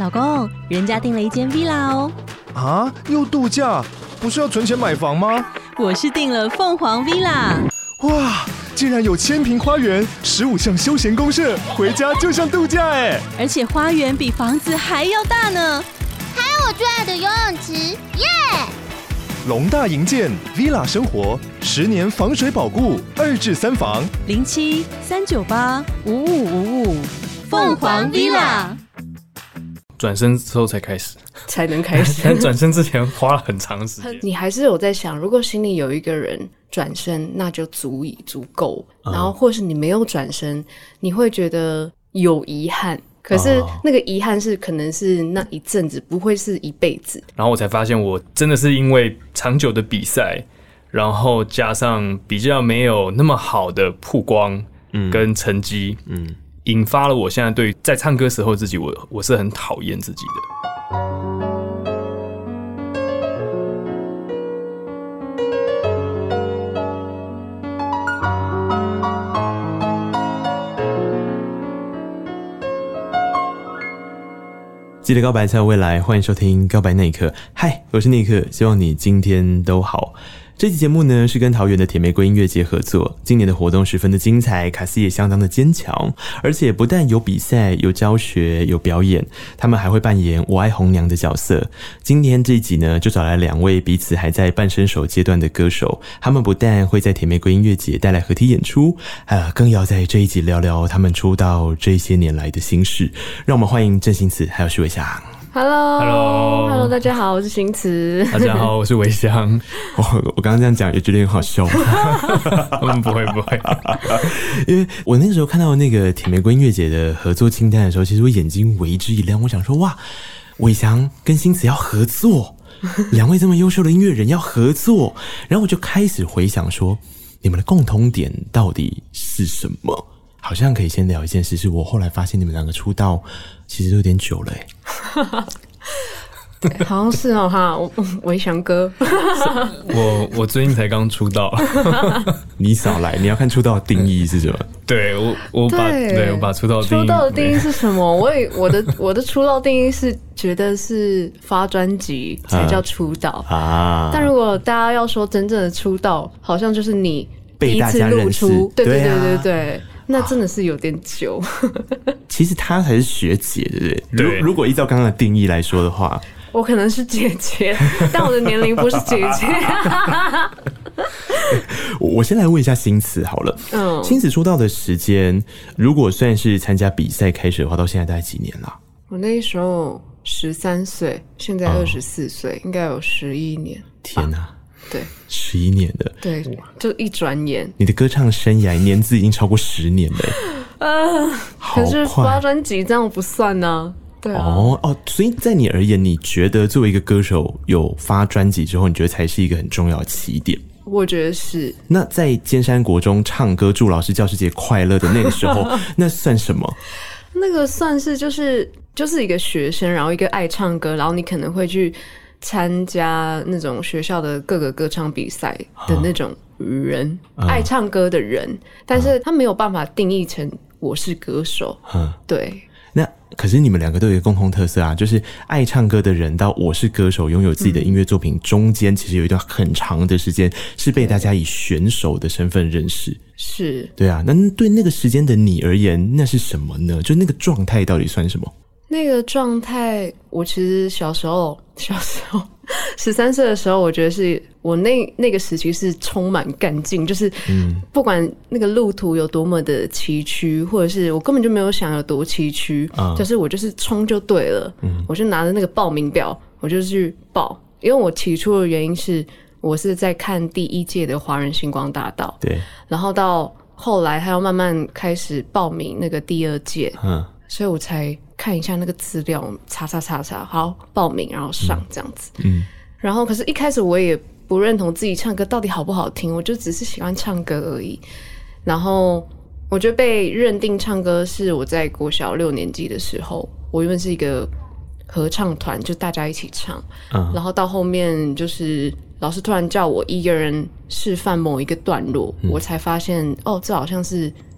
老公，人家订了一间 villa 哦。 啊，又度假？不是要存钱买房吗？ 我是订了凤凰 villa。 哇，竟然有1000坪花园，15项休闲公社，回家就像度假哎！ 而且花园比房子还要大呢。 还有我最爱的游泳池，耶！ 龙大营建 villa 生活，10年防水保固，2至3房 07-398-5555，凤凰 villa。 转身之后才开始， 才能开始。 但转身之前花了很长时间。 你还是有在想，如果心里有一个人转身，那就足够。然后，或是你没有转身，你会觉得有遗憾。可是那个遗憾是可能是那一阵子，不会是一辈子。 然后我才发现，我真的是因为长久的比赛，然后加上比较没有那么好的曝光跟成绩，引发了我现在对在唱歌时候自己，我是很讨厌自己的。 记得告白才有未来，欢迎收听告白那一刻。嗨，我是那一刻，希望你今天都好。这期节目呢是跟桃园的铁玫瑰音乐节合作，今年的活动十分的精彩，卡司也相当的坚强，而且不但有比赛、有教学、有表演，他们还会扮演我爱红娘的角色。今天这一集呢，就找来2位彼此还在半生熟阶段的歌手，他们不但会在铁玫瑰音乐节带来合体演出，更要在这一集聊聊他们出道这些年来的心事。让我们欢迎郑欣慈还有许伟翔。 Hello， 大家好，我是欣慈。 大家好，我是维香。 我刚刚这样讲也觉得很好笑。 不会， 因为我那个时候看到那个铁玫瑰音乐节的合作清单的时候，其实我眼睛为之一亮。我想说，哇，伟翔跟欣慈要合作，2位这么优秀的音乐人要合作，然后我就开始回想说，你们的共同点到底是什么？好像可以先聊一件事，是我后来发现你们2个出道其实都有点久了好像是哦哈，维翔哥， 我最近才刚出道。 你少来，你要看出道的定义是什么？ 对我把出道的定义是什么？我的出道定义是觉得是发专辑才叫出道啊。但如果大家要说真正的出道，好像就是你第一次露出，对。那真的是有点久。 其实她才是学姐，对不对？如果依照刚刚的定义来说的话， 我可能是姐姐，但我的年龄不是姐姐。 我先来问一下欣慈好了。欣慈出道的时间，如果算是参加比赛开始的话，到现在大概几年了？ 我那时候13岁，现在24岁，应该有11年。 天哪！ 对 ，11年的， 对，就一转眼， 你的歌唱生涯年资已经超过10年了。 可是发专辑这样不算呢。对啊。 所以在你而言，你觉得作为一个歌手有发专辑之后，你觉得才是一个很重要的起点？ 我觉得是。 那在尖山国中唱歌祝老师教师节快乐的那个时候，那算什么？ 那个算是就是一个学生，然后一个爱唱歌，然后你可能会去参加那种学校的各个歌唱比赛的那种人，爱唱歌的人，但是他没有办法定义成我是歌手。对。 那可是你们2个都有一个共同特色啊，就是爱唱歌的人到我是歌手拥有自己的音乐作品中间，其实有一段很长的时间是被大家以选手的身份认识。 是。对啊，那对那个时间的你而言，那是什么呢？就那个状态到底算什么？ 那个状态，我其实小时候13岁的时候，我觉得是我那个时期是充满干劲，就是不管那个路途有多么的崎岖，或者是我根本就没有想有多崎岖，就是我就是冲就对了。我就拿着那个报名表，我就去报，因为我起初的原因是我是在看第1届的华人星光大道，对，然后到后来还要慢慢开始报名那个第2届，所以我才看一下那个资料，查，好报名，然后上这样子。然后可是一开始我也不认同自己唱歌到底好不好听，我就只是喜欢唱歌而已。然后我觉得被认定唱歌是我在国小6年级的时候，我原本是一个合唱团，就大家一起唱，然后到后面就是老师突然叫我一个人示范某一个段落，我才发现这好像是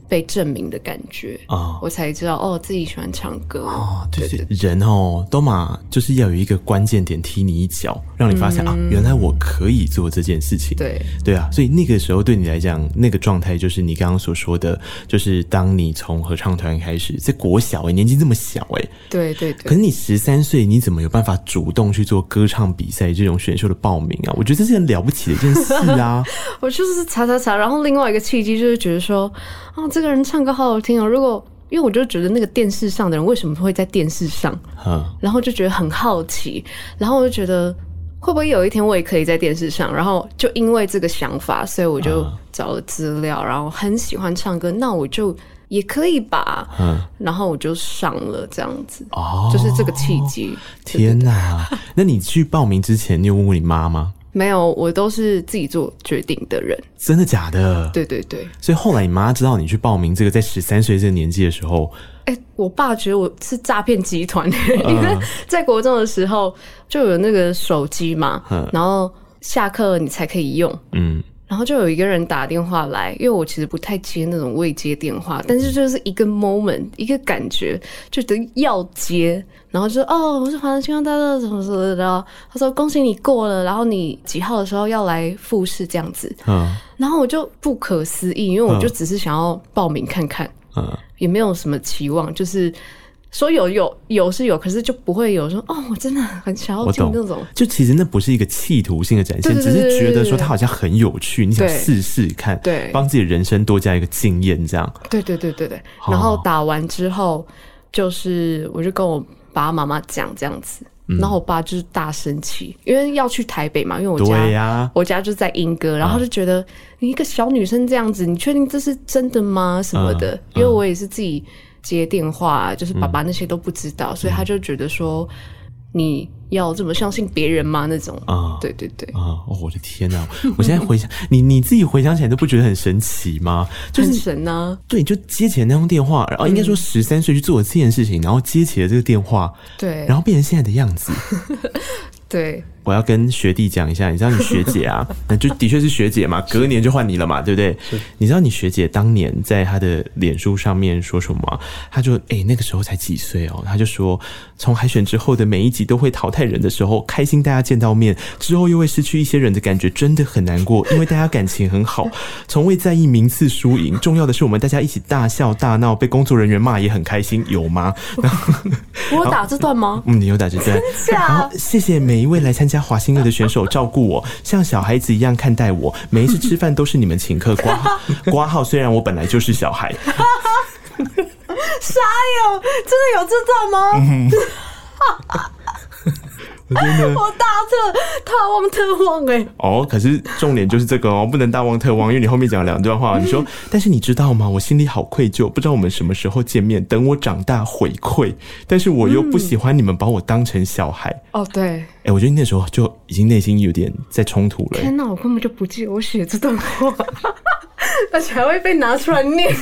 被证明的感觉我才知道自己喜欢唱歌对，人都嘛就是要有一个关键点踢你一脚，让你发现原来我可以做这件事情。对啊，所以那个时候对你来讲，那个状态就是你刚刚所说的，就是当你从合唱团开始，在国小年纪这么小对， 可是你13岁，你怎么有办法主动去做歌唱比赛这种选秀的报名啊？我觉得这是很了不起的一件事啊。 我就是查，然后另外一个契机就是觉得说这个人唱歌好好听因为我就觉得那个电视上的人为什么会在电视上然后就觉得很好奇，然后我就觉得会不会有一天我也可以在电视上，然后就因为这个想法，所以我就找了资料，然后很喜欢唱歌，那我就也可以吧然后我就上了这样子就是这个契机。 天哪！那你去报名之前你有问过你妈吗？ 没有，我都是自己做决定的人。 真的假的？ 对， 所以后来你妈知道你去报名这个在13岁这个年纪的时候， 我爸觉得我是诈骗集团因为在国中的时候就有那个手机嘛然后下课你才可以用然后就有一个人打电话来，因为我其实不太接那种未接电话，但是就是一个 moment 一个感觉就觉得要接，然后就我是华人星光大道什么什么的，他说恭喜你过了，然后你几号的时候要来复试这样子然后我就不可思议，因为我就只是想要报名看看也没有什么期望，就是说有是有，可是就不会有说我真的很想要进那种，就其实那不是一个企图性的展现，只是觉得说它好像很有趣，你想试试看，对，帮自己人生多加一个经验这样。 对，然后打完之后就是我就跟我爸妈妈讲这样子然后我爸就是大生气，因为要去台北嘛，因为我家就在鶯歌，然后就觉得你一个小女生这样子，你确定这是真的吗什么的因为我也是自己接电话就是爸爸那些都不知道所以他就觉得说你要这么相信别人吗那种对我的天哪我现在回想你自己回想起来都不觉得很神奇吗？就是很神啊。 对，就接起了那通电话应该说13岁去做了这件事情然后接起了这个电话对， 然后变成现在的样子对， 我要跟学弟讲一下，你知道你学姐啊那就的确是学姐嘛，隔年就换你了嘛，对不对？你知道你学姐当年在她的脸书上面说什么吗？她就那个时候才几岁她就说从海选之后的每一集都会淘汰人的时候，开心大家见到面之后又会失去一些人的感觉真的很难过，因为大家感情很好从未在意名次输赢，重要的是我们大家一起大笑大闹，被工作人员骂也很开心，有吗？ 我有打这段吗？ 你有打这段然后谢谢每一位来参加华星乐的选手照顾我，像小孩子一样看待我，每一次吃饭都是你们请客挂号虽然我本来就是小孩傻有真的有这段吗？我大忘特忘可是重点就是这个不能大忘特忘，因为你后面讲了2段话你说但是你知道吗，我心里好愧疚，不知道我们什么时候见面，等我长大回馈，但是我又不喜欢你们把我当成小孩对我觉得那时候就已经内心有点在冲突了天哪，我根本就不记得我写这段话而且还会被拿出来念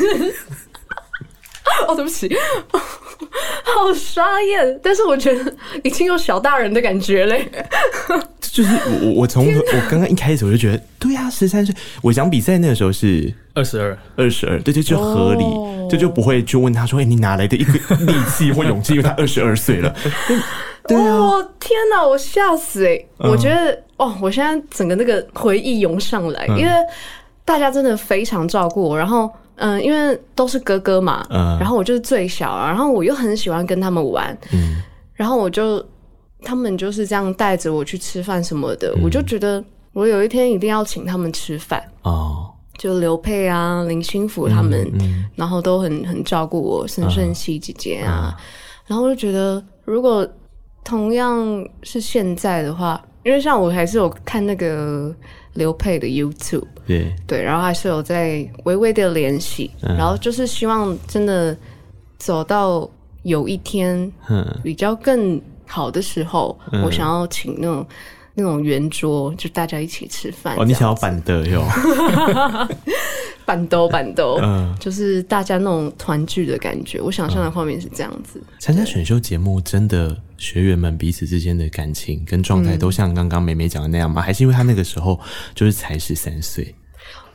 对不起好傻眼，但是我觉得已经有小大人的感觉嘞就是我从我刚刚一开始我就觉得对啊13岁我想比赛那个时候是22对，就合理就不会去问他说你哪来的一个力气或勇气因为他22岁了对啊天哪我吓死我觉得我现在整个那个回忆涌上来因为大家真的非常照顾我，然后因为都是哥哥嘛然后我就是最小然后我又很喜欢跟他们玩然后他们就是这样带着我去吃饭什么的我就觉得我有一天一定要请他们吃饭就刘佩啊林心福他们然后都很照顾我，沈顺熙姐姐啊然后我就觉得如果同样是现在的话，因为像我还是有看那个刘佩的 YouTube 对，然后还是有在微微的联系然后就是希望真的走到有一天比较更好的时候我想要请那种圆桌就大家一起吃饭你想要板的哟板豆就是大家那种团聚的感觉我想象的画面是这样子参加选秀节目真的学员们彼此之间的感情跟状态都像刚刚美美讲的那样吗？还是因为他那个时候就是才13岁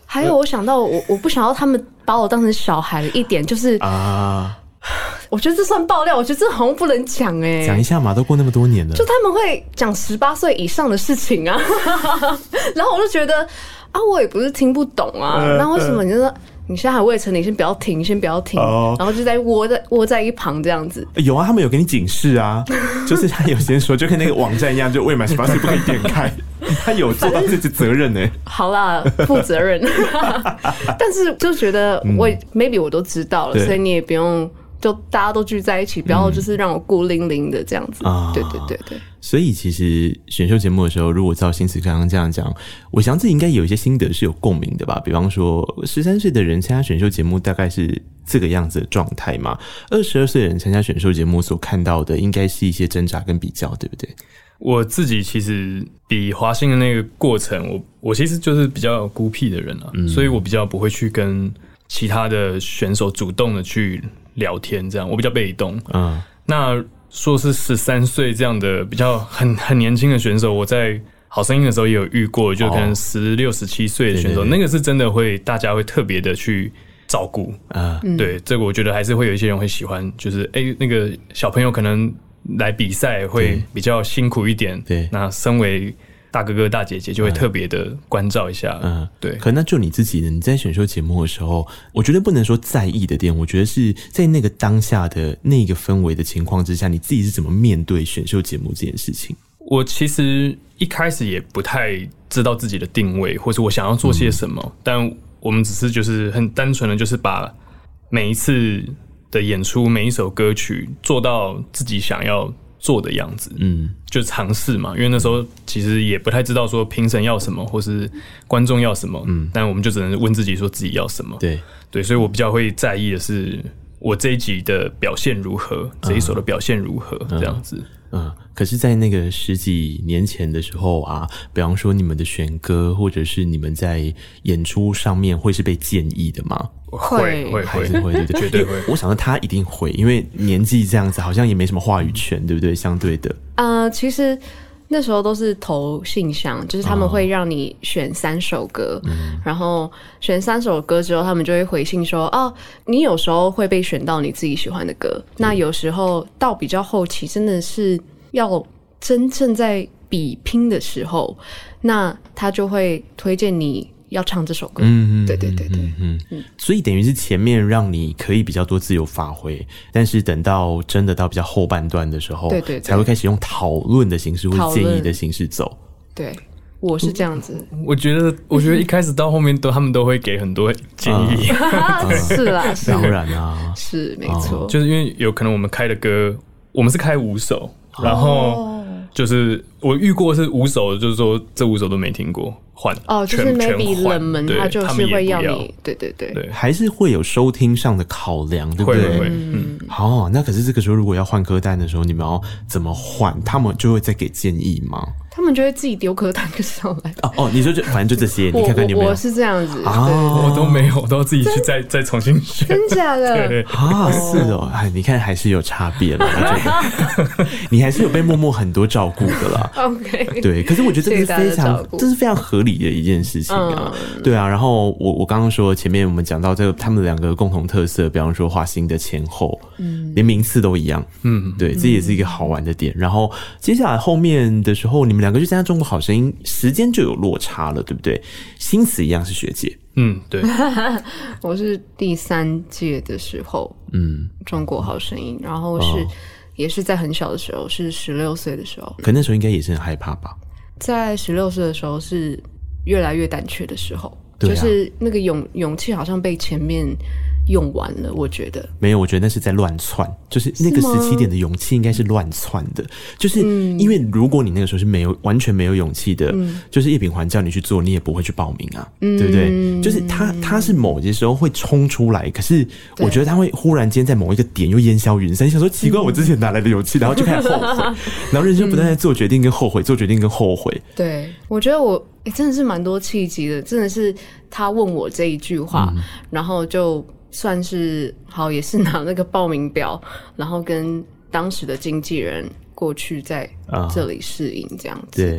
还有我想到我不想要他们把我当成小孩的一点就是我觉得这算爆料，我觉得这好像不能讲讲一下嘛，都过那么多年了， 就他们会讲18岁以上的事情啊，然后我就觉得我也不是听不懂啊，那为什么你就说你现在还未成年，先不要听，然后就在窝在一旁这样子。 有啊，他们有给你警示啊，就是他有些说就跟那个网站一样，就未满18岁不可以点开，他有做到这些责任呢。 好啦，负责任，但是就觉得maybe 我都知道了，所以你也不用。就大家都聚在一起，不要就是让我孤零零的这样子。对。 所以其实选秀节目的时候，如果照新慈刚刚这样讲，我想自己应该有一些心得是有共鸣的吧。比方说，13岁的人参加选秀节目大概是这个样子的状态嘛，22岁的人参加选秀节目所看到的，应该是一些挣扎跟比较，对不对？ 我自己其实比华星的那个过程，我其实就是比较孤僻的人啊，所以我比较不会去跟其他的选手主动的去聊天，这样我比较被动。那说是13岁这样的比较很年轻的选手，我在好声音的时候也有遇过，就可能16、17岁的选手，那个是真的会大家会特别的去照顾对，这个我觉得还是会有一些人会喜欢，就是那个小朋友可能来比赛会比较辛苦一点，对，那身为大哥哥大姐姐就会特别的关照一下，对。 可那就你自己呢？你在选秀节目的时候，我觉得不能说在意的点，我觉得是在那个当下的那个氛围的情况之下，你自己是怎么面对选秀节目这件事情？ 我其实一开始也不太知道自己的定位，或是我想要做些什么，但我们只是就是很单纯的，就是把每一次的演出、每一首歌曲做到自己想要做的样子，就尝试嘛，因为那时候其实也不太知道说评审要什么，或是观众要什么，但我们就只能问自己说自己要什么，对，所以我比较会在意的是我这一集的表现如何，这一首的表现如何，这样子。 可是在那个10几年前的时候啊，比方说你们的选歌或者是你们在演出上面会是被建议的吗？ 会， 对， 绝对会。 我想说他一定会，因为年纪这样子好像也没什么话语权，对不对？相对的， 其实那时候都是投信箱，就是他们会让你选3首歌，然后选3首歌之后，他们就会回信说，你有时候会被选到你自己喜欢的歌，那有时候到比较后期，真的是要真正在比拼的时候，那他就会推荐你要唱这首歌。对。 所以等于是前面让你可以比较多自由发挥，但是等到真的到比较后半段的时候，对，才会开始用讨论的形式或建议的形式走。 对，我是这样子。 我觉得一开始到后面他们都会给很多建议。 是啦，是当然啊， 是没错。 就是因为有可能我们开的歌，我们是开5首，然后就是我遇过是5首，就是说这5首都没听过，换就是 maybe 冷门，他就是会要你，对， 还是会有收听上的考量，对不对？ 会。 好，那可是这个时候如果要换歌单的时候，你们要怎么换？他们就会再给建议吗？ 他们就会自己丢歌单上来。 你说反正就这些，你看看你有没有？ 我是这样子我都没有，我都要自己去再重新选。 真假的？ 是哦，你看还是有差别了，我觉得你还是有被默默很多照顾的啦。 OK， 对，可是我觉得这是非常合理的一件事情啊。对啊，然后我刚刚说前面我们讲到这个他们2个共同特色，比方说华星的前后，连名次都一样，对，这也是一个好玩的点。然后接下来后面的时候，你们2个就参加中国好声音，时间就有落差了，对不对？新慈一样是学姐， 对， 我是第3届的时候，中国好声音，然后也是在很小的时候，是16岁的时候。 可那时候应该也是很害怕吧？ 在16岁的时候是越来越胆怯的时候，就是那个勇气好像被前面用完了，我觉得没有，我觉得那是在乱窜，就是那个17点的勇气应该是乱窜的，就是因为如果你那个时候是完全没有勇气的，就是叶秉环叫你去做，你也不会去报名啊，对不对？就是他是某些时候会冲出来，可是我觉得他会忽然间在某一个点又烟消云散，想说奇怪，我之前哪来的勇气？然后就开始后悔，然后人生不断在做决定跟后悔，做决定跟后悔。 对，我觉得我真的是蛮多契机的，真的是他问我这一句话，然后就算是好，也是拿那个报名表，然后跟当时的经纪人过去在这里适应这样子。 对，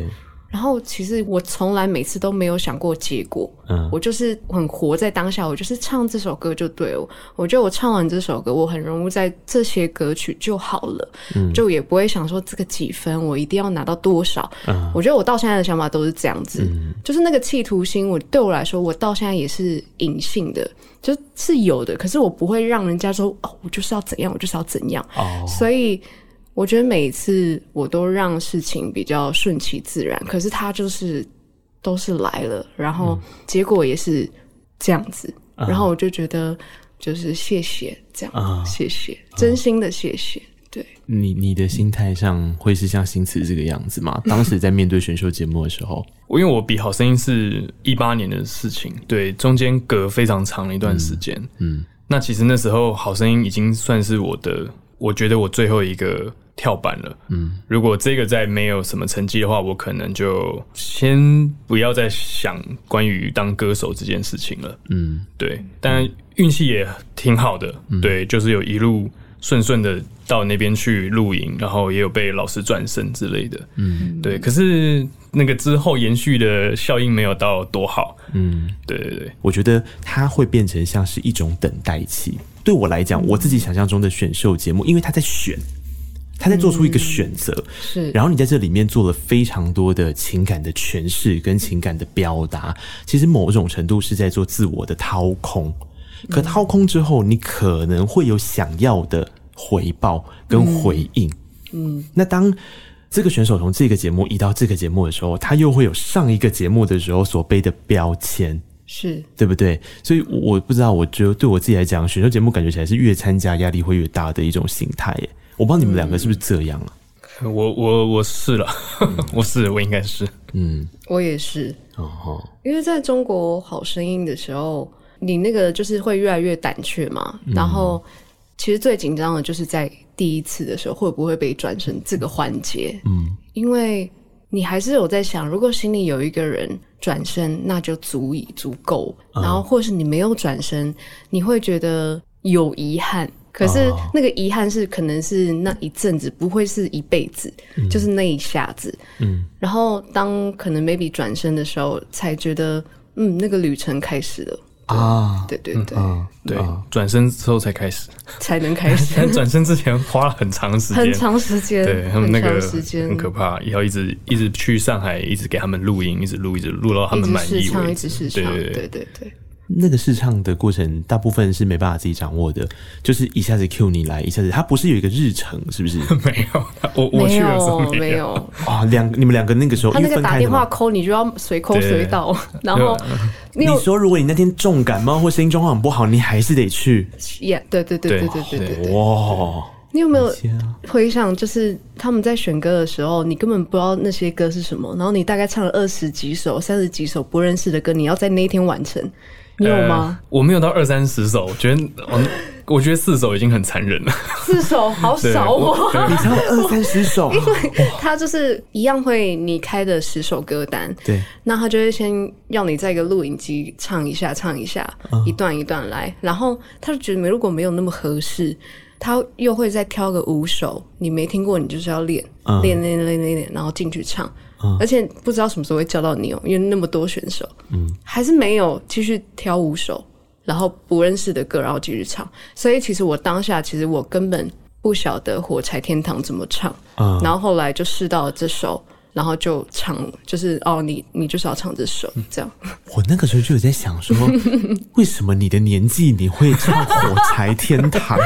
然后其实我从来每次都没有想过结果，我就是很活在当下，我就是唱这首歌就对了。我觉得我唱完这首歌，我很融入在这些歌曲就好了，就也不会想说这个几分我一定要拿到多少。我觉得我到现在的想法都是这样子，就是那个企图心，对我来说，我到现在也是隐性的，就是有的，可是我不会让人家说我就是要怎样，我就是要怎样。所以我觉得每一次我都让事情比较顺其自然，可是它就是都是来了，然后结果也是这样子，然后我就觉得就是谢谢这样，谢谢，真心的谢谢。对， 你的心态上会是像新词这个样子吗？当时在面对选秀节目的时候， 因为我比好声音是18年的事情，对，中间隔非常长的一段时间，那其实那时候好声音已经算是我觉得我最后一个跳板了，如果这个再没有什么成绩的话，我可能就先不要再想关于当歌手这件事情了，对，但运气也挺好的，对，就是有一路顺顺的到那边去录影，然后也有被老师转身之类的，对，可是那个之后延续的效应没有到多好，对对对， 我觉得它会变成像是一种等待期。对我来讲，我自己想象中的选秀节目，因为他在选，他在做出一个选择， 是， 然后你在这里面做了非常多的情感的诠释跟情感的表达，其实某种程度是在做自我的掏空。可掏空之后，你可能会有想要的回报跟回应。那当这个选手从这个节目移到这个节目的时候，他又会有上一个节目的时候所背的标签， 是对不对？所以我不知道，我觉得对我自己来讲，选秀节目感觉起来是越参加压力会越大的一种形态耶。我不知道你们两个是不是这样啊？ 我是了，我应该是， 我也是，因为在中国好声音的时候，你那个就是会越来越胆怯嘛，然后其实最紧张的就是在第一次的时候会不会被转成这个环节，因为你还是有在想，如果心里有一个人转身，那就足够，然后或是你没有转身，你会觉得有遗憾。可是那个遗憾是可能是那一阵子，不会是一辈子，就是那一下子。然后当可能 maybe 转身的时候，才觉得那个旅程开始了啊！对对对， 对，转身之后才开始， 才能开始。 但转身之前花了很长时间， 很长时间， 对他们那个很可怕，要一直去上海，一直给他们录音，一直录到他们满意为止， 一直试唱，对对对。 那个试唱的过程，大部分是没办法自己掌握的，就是一下子 cue 你来，一下子他不是有一个日程，是不是？ 没有，我去的时候没有啊，你们两个那个时候， 他那个打电话 call 你就要随 call 随到，然后你说如果你那天重感冒或声音状况很不好，你还是得去。 对， 哇！ 你有没有回想，就是他们在选歌的时候，你根本不知道那些歌是什么，然后你大概唱了20几首、30几首不认识的歌，你要在那一天完成。你有吗？ 我没有到20-30首，我觉得4首已经很残忍了。 4首好少哦， 你唱了20-30首， 因为他就是一样会你开的10首歌单， 对， 那他就会先要你在一个录影机唱一下，一段一段来，然后他就觉得如果没有那么合适，他又会再挑个5首，你没听过，你就是要练，然后进去唱。而且不知道什么时候会叫到你因为那么多选手，还是没有继续挑5首，然后不认识的歌，然后继续唱。所以其实我当下我根本不晓得火柴天堂怎么唱，然后后来就试到了这首，然后就唱，就是你就是要唱这首这样。 我那个时候就有在想说，为什么你的年纪你会唱火柴天堂？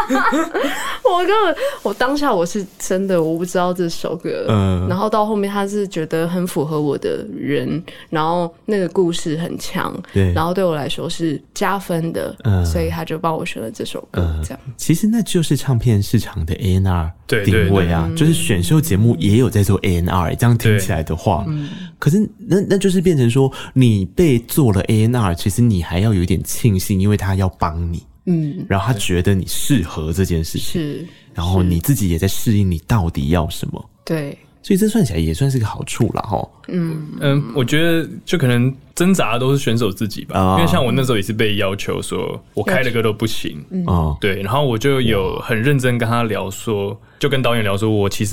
我当下我是真的我不知道这首歌，然后到后面他是觉得很符合我的人，然后那个故事很强，对，然后对我来说是加分的，所以他就帮我选了这首歌，这样。 其实那就是唱片市场的 A&R 定位啊，就是选秀节目也有在做 A&R， 这样听起来的话，可是那就是变成说你被做了 A&R， 其实你还要有一点庆幸，因为他要帮你。然后他觉得你适合这件事情，是，然后你自己也在适应你到底要什么， 对， 所以这算起来也算是个好处啦齁。 我觉得就可能挣扎的都是选手自己吧，因为像我那时候也是被要求说我开的歌都不行，对，然后我就有很认真跟他聊说，就跟导演聊说，我其实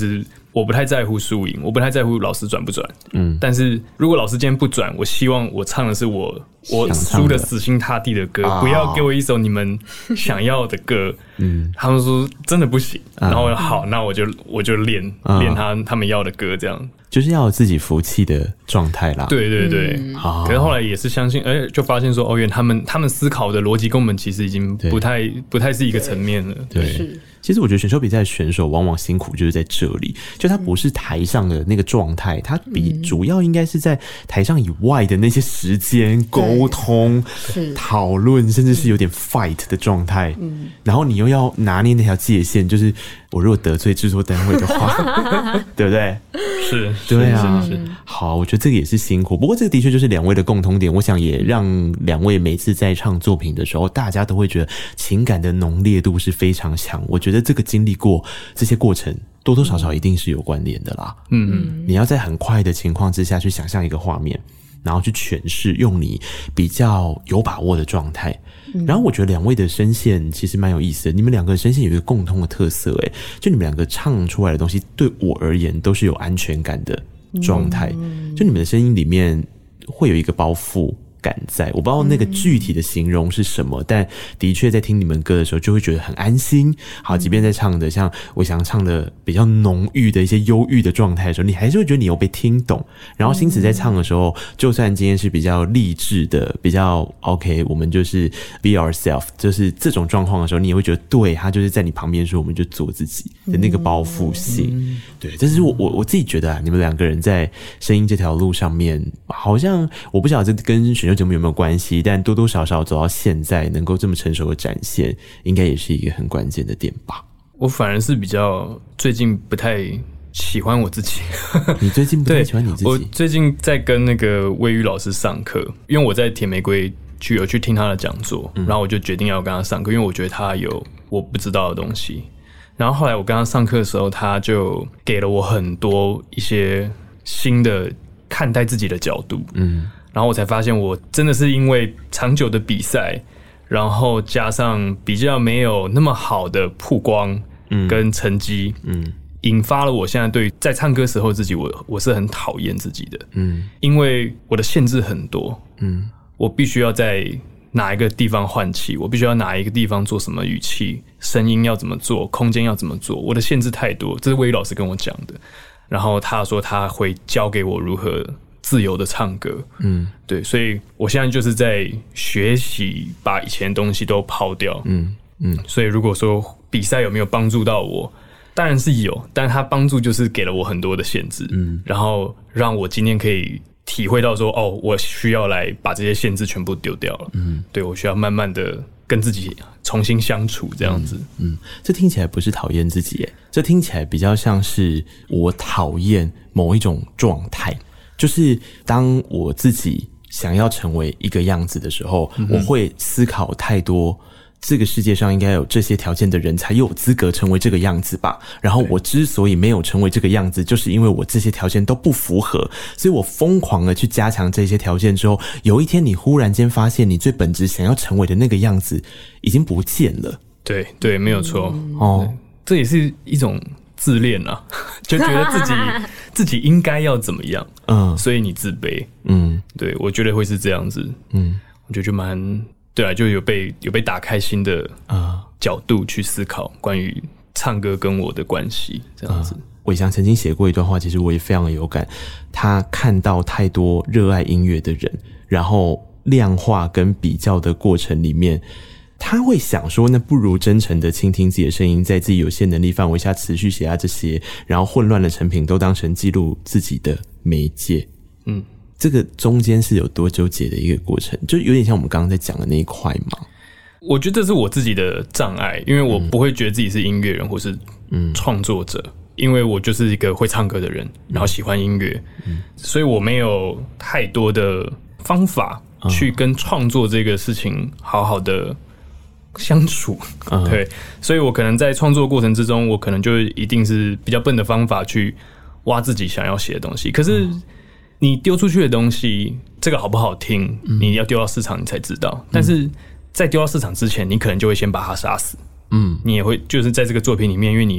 我不太在乎输赢，我不太在乎老师转不转。但是如果老师今天不转，我希望我唱的是我输的死心塌地的歌，不要给我一首你们想要的歌。他们说真的不行，然后好，那我就练他们要的歌，这样就是要有自己服气的状态啦。对对对，可是后来也是相信，就发现说，原来他们思考的逻辑跟我们其实已经不太是一个层面了。 对。其实我觉得选秀比赛的选手往往辛苦就是在这里，就他不是台上的那个状态，他比主要应该是在台上以外的那些时间沟通、讨论，甚至是有点 fight 的状态。然后你又要拿捏那条界限，就是我如果得罪制作单位的话，对不对？ 是， 对啊。好，我觉得这个也是辛苦，不过这个的确就是两位的共同点。我想也让两位每次在唱作品的时候，大家都会觉得情感的浓烈度是非常强。我觉得这个经历过这些过程，多多少少一定是有关联的啦。你要在很快的情况之下去想象一个画面，然后去诠释，用你比较有把握的状态。然后我觉得两位的声线其实蛮有意思的，你们两个声线有一个共通的特色，就你们两个唱出来的东西对我而言都是有安全感的状态，就你们的声音里面会有一个包袱感在，我不知道那个具体的形容是什么，但的确在听你们歌的时候就会觉得很安心。好，即便在唱的像我想唱的比较浓郁的一些忧郁的状态的时候，你还是会觉得你有被听懂。然后星子在唱的时候，就算今天是比较励志的，比较 OK， 我们就是 be ourselves， 就是这种状况的时候，你也会觉得对，他就是在你旁边说我们就做自己的那个包袱性。对，这是我自己觉得你们两个人在声音这条路上面，好像我不晓得这跟选秀节目有没有关系，但多多少少走到现在能够这么成熟的展现，应该也是一个很关键的点吧。 我反而是比较最近不太喜欢我自己。 你最近不太喜欢你自己？ 我最近在跟那个魏宇老师上课，因为我在铁玫瑰有去听他的讲座，然后我就决定要跟他上课，因为我觉得他有我不知道的东西。然后后来我跟他上课的时候，他就给了我很多一些新的看待自己的角度。然后我才发现，我真的是因为长久的比赛，然后加上比较没有那么好的曝光跟成绩，引发了我现在对于在唱歌时候自己，我是很讨厌自己的，因为我的限制很多，我必须要在哪一个地方换气，我必须要哪一个地方做什么语气，声音要怎么做，空间要怎么做，我的限制太多，这是魏宇老师跟我讲的。然后他说他会教给我如何自由的唱歌，对，所以我现在就是在学习把以前的东西都抛掉，所以如果说比赛有没有帮助到我，当然是有，但他帮助就是给了我很多的限制，然后让我今天可以体会到说，我需要来把这些限制全部丢掉了，对，我需要慢慢的跟自己重新相处，这样子， 这听起来不是讨厌自己耶，这听起来比较像是我讨厌某一种状态。就是当我自己想要成为一个样子的时候，我会思考太多，这个世界上应该有这些条件的人才有资格成为这个样子吧，然后我之所以没有成为这个样子，就是因为我这些条件都不符合，所以我疯狂的去加强这些条件之后，有一天你忽然间发现你最本质想要成为的那个样子已经不见了。 对对，没有错，这也是一种自恋啊，就觉得自己应该要怎么样，所以你自卑，对，我觉得会是这样子，我觉得就蛮对啊，就有被打开新的角度去思考关于唱歌跟我的关系，这样子。 伟翔曾经写过一段话，其实我也非常的有感。他看到太多热爱音乐的人，然后量化跟比较的过程里面，他会想说，那不如真诚的倾听自己的声音，在自己有限能力范围下持续写下这些，然后混乱的成品都当成记录自己的媒介。这个中间是有多纠结的一个过程，就有点像我们刚刚在讲的那一块嘛。 我觉得这是我自己的障碍，因为我不会觉得自己是音乐人或是创作者，因为我就是一个会唱歌的人，然后喜欢音乐，所以我没有太多的方法去跟创作这个事情好好的相处，对，所以我可能在创作过程之中，我可能就一定是比较笨的方法去挖自己想要写的东西，可是你丢出去的东西，这个好不好听，你要丢到市场你才知道，但是在丢到市场之前，你可能就会先把它杀死，你也会就是在这个作品里面，因为你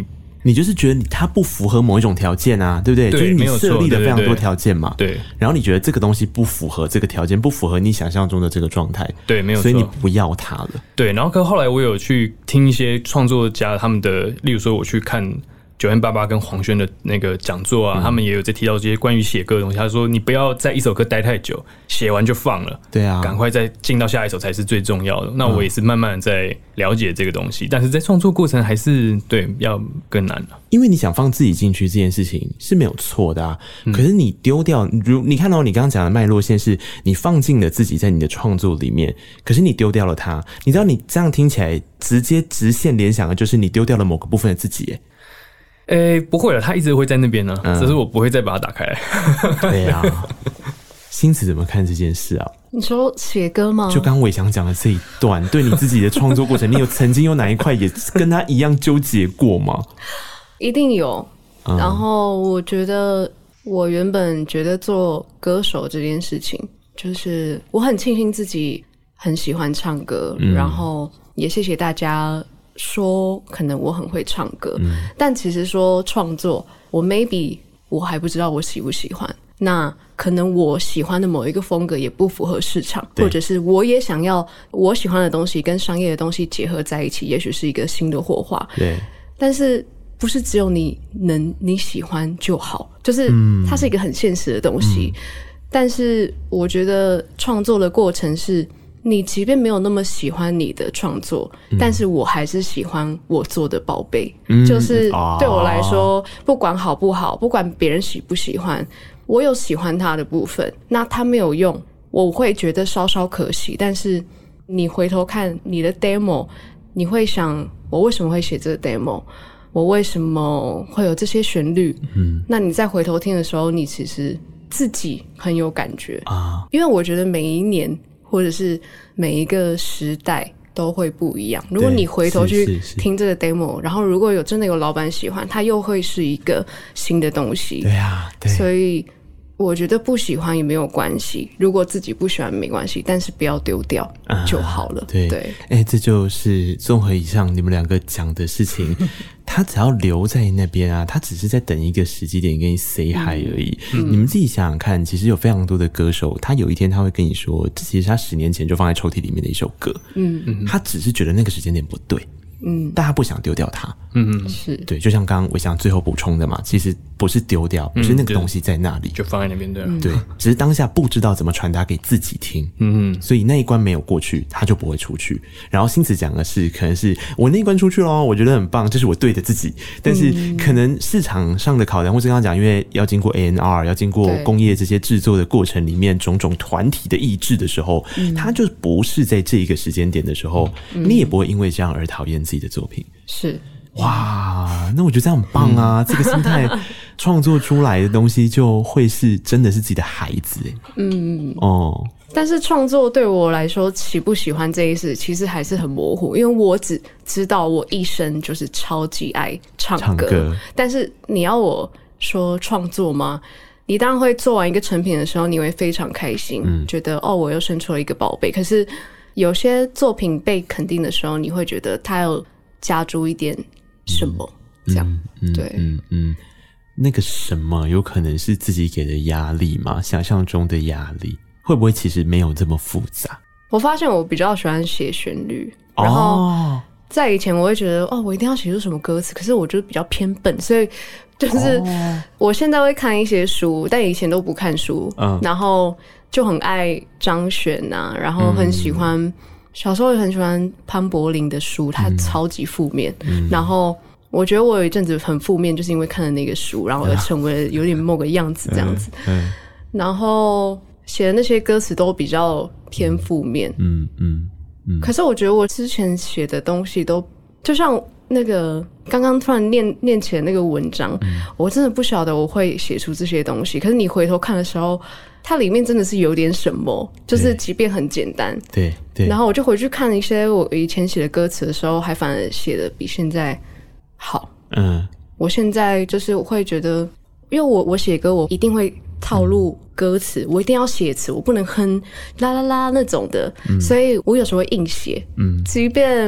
你就是觉得它不符合某一种条件啊，对不对？ 对， 就是你设立了非常多条件嘛， 对。 然后你觉得这个东西不符合这个条件，不符合你想象中的这个状态， 对，没有错， 所以你不要它了。 对，然后后来我有去听一些创作家他们的，例如说我去看9m88跟黄轩的那个讲座啊，他们也有在提到这些关于写歌的东西。他说你不要在一首歌待太久，写完就放了， 对啊， 赶快再进到下一首才是最重要的。那我也是慢慢的在了解这个东西，但是在创作过程还是对要更难了。 因为你想放自己进去这件事情是没有错的啊，可是你丢掉，你看到你刚刚讲的脉络线是你放进了自己在你的创作里面，可是你丢掉了它。你知道你这样听起来直线联想的就是你丢掉了某个部分的自己耶。 不会了，他一直会在那边呢，只是我不会再把它打开来。 对啊，星子怎么看这件事啊？ 你说写歌吗？ 就刚刚伟翔讲的这一段，对你自己的创作过程，你有曾经有哪一块也跟他一样纠结过吗？ 一定有。然后我觉得，我原本觉得做歌手这件事情，就是我很庆幸自己很喜欢唱歌，然后也谢谢大家。说可能我很会唱歌，但其实说创作，我 maybe 我还不知道我喜不喜欢。那可能我喜欢的某一个风格也不符合市场，或者是我也想要我喜欢的东西跟商业的东西结合在一起，也许是一个新的火花。 对， 但是不是只有你喜欢就好，就是它是一个很现实的东西。但是我觉得创作的过程是。你即便没有那么喜欢你的创作，但是我还是喜欢我做的宝贝。就是对我来说，不管好不好，不管别人喜不喜欢，我有喜欢他的部分。那他没有用，我会觉得稍稍可惜。但是你回头看你的 demo， 你会想，我为什么会写这个 demo？ 我为什么会有这些旋律？那你再回头听的时候，你其实自己很有感觉啊。因为我觉得每一年。或者是每一个时代都会不一样。如果你回头去听这个 demo， 然后如果真的有老板喜欢，它又会是一个新的东西。 对啊，对。 所以我觉得不喜欢也没有关系，如果自己不喜欢没关系，但是不要丢掉就好了。对， 这就是综合以上你们两个讲的事情。他只要留在那边啊，他只是在等一个时机点跟你 say hi 而已。你们自己想想看，其实有非常多的歌手，他有一天他会跟你说，这其实他10年前就放在抽屉里面的一首歌。他只是觉得那个时间点不对。但他不想丢掉它。 是对，就像刚刚我想最后补充的嘛，其实不是丢掉，是那个东西在那里， 就放在那边对。 对，只是当下不知道怎么传达给自己听。所以那一关没有过去，他就不会出去。然后星子讲的是，可能是我那一关出去咯，我觉得很棒，这是我对的自己。但是可能市场上的考量，或是刚刚讲，因为要经过 A&R， 要经过工业这些制作的过程里面，种种团体的意志的时候，他就不是在这一个时间点的时候，你也不会因为这样而讨厌自己的作品。 是。 哇，那我觉得这样很棒啊！这个心态创作出来的东西就会是真的是自己的孩子。 但是创作对我来说喜不喜欢这一事其实还是很模糊，因为我只知道我一生就是超级爱唱歌。但是你要我说创作吗？你当然会做完一个成品的时候你会非常开心，觉得我又生出了一个宝贝。可是有些作品被肯定的时候，你会觉得它有加注一点什么这样。对， 那个什么有可能是自己给的压力吗？想象中的压力会不会其实没有这么复杂？ 我发现我比较喜欢写旋律，然后在以前我会觉得我一定要写出什么歌词，可是我就比较偏笨，所以就是我现在会看一些书，但以前都不看书。然后就很爱张悬啊，然后很喜欢小时候也很喜欢潘柏林的书，他超级负面。然后我觉得我有一阵子很负面，就是因为看了那个书，然后而成为了有点某个样子这样子。然后写的那些歌词都比较偏负面。可是我觉得我之前写的东西都就像那个刚刚突然念起来那个文章，我真的不晓得我会写出这些东西。可是你回头看的时候，它里面真的是有点什么，就是即便很简单。 对。 然后我就回去看一些我以前写的歌词的时候，还反而写的比现在好。我现在就是我会觉得，因为我写歌我一定会套路歌词，我一定要写词，我不能哼啦啦啦那种的。所以我有时候会硬写。即便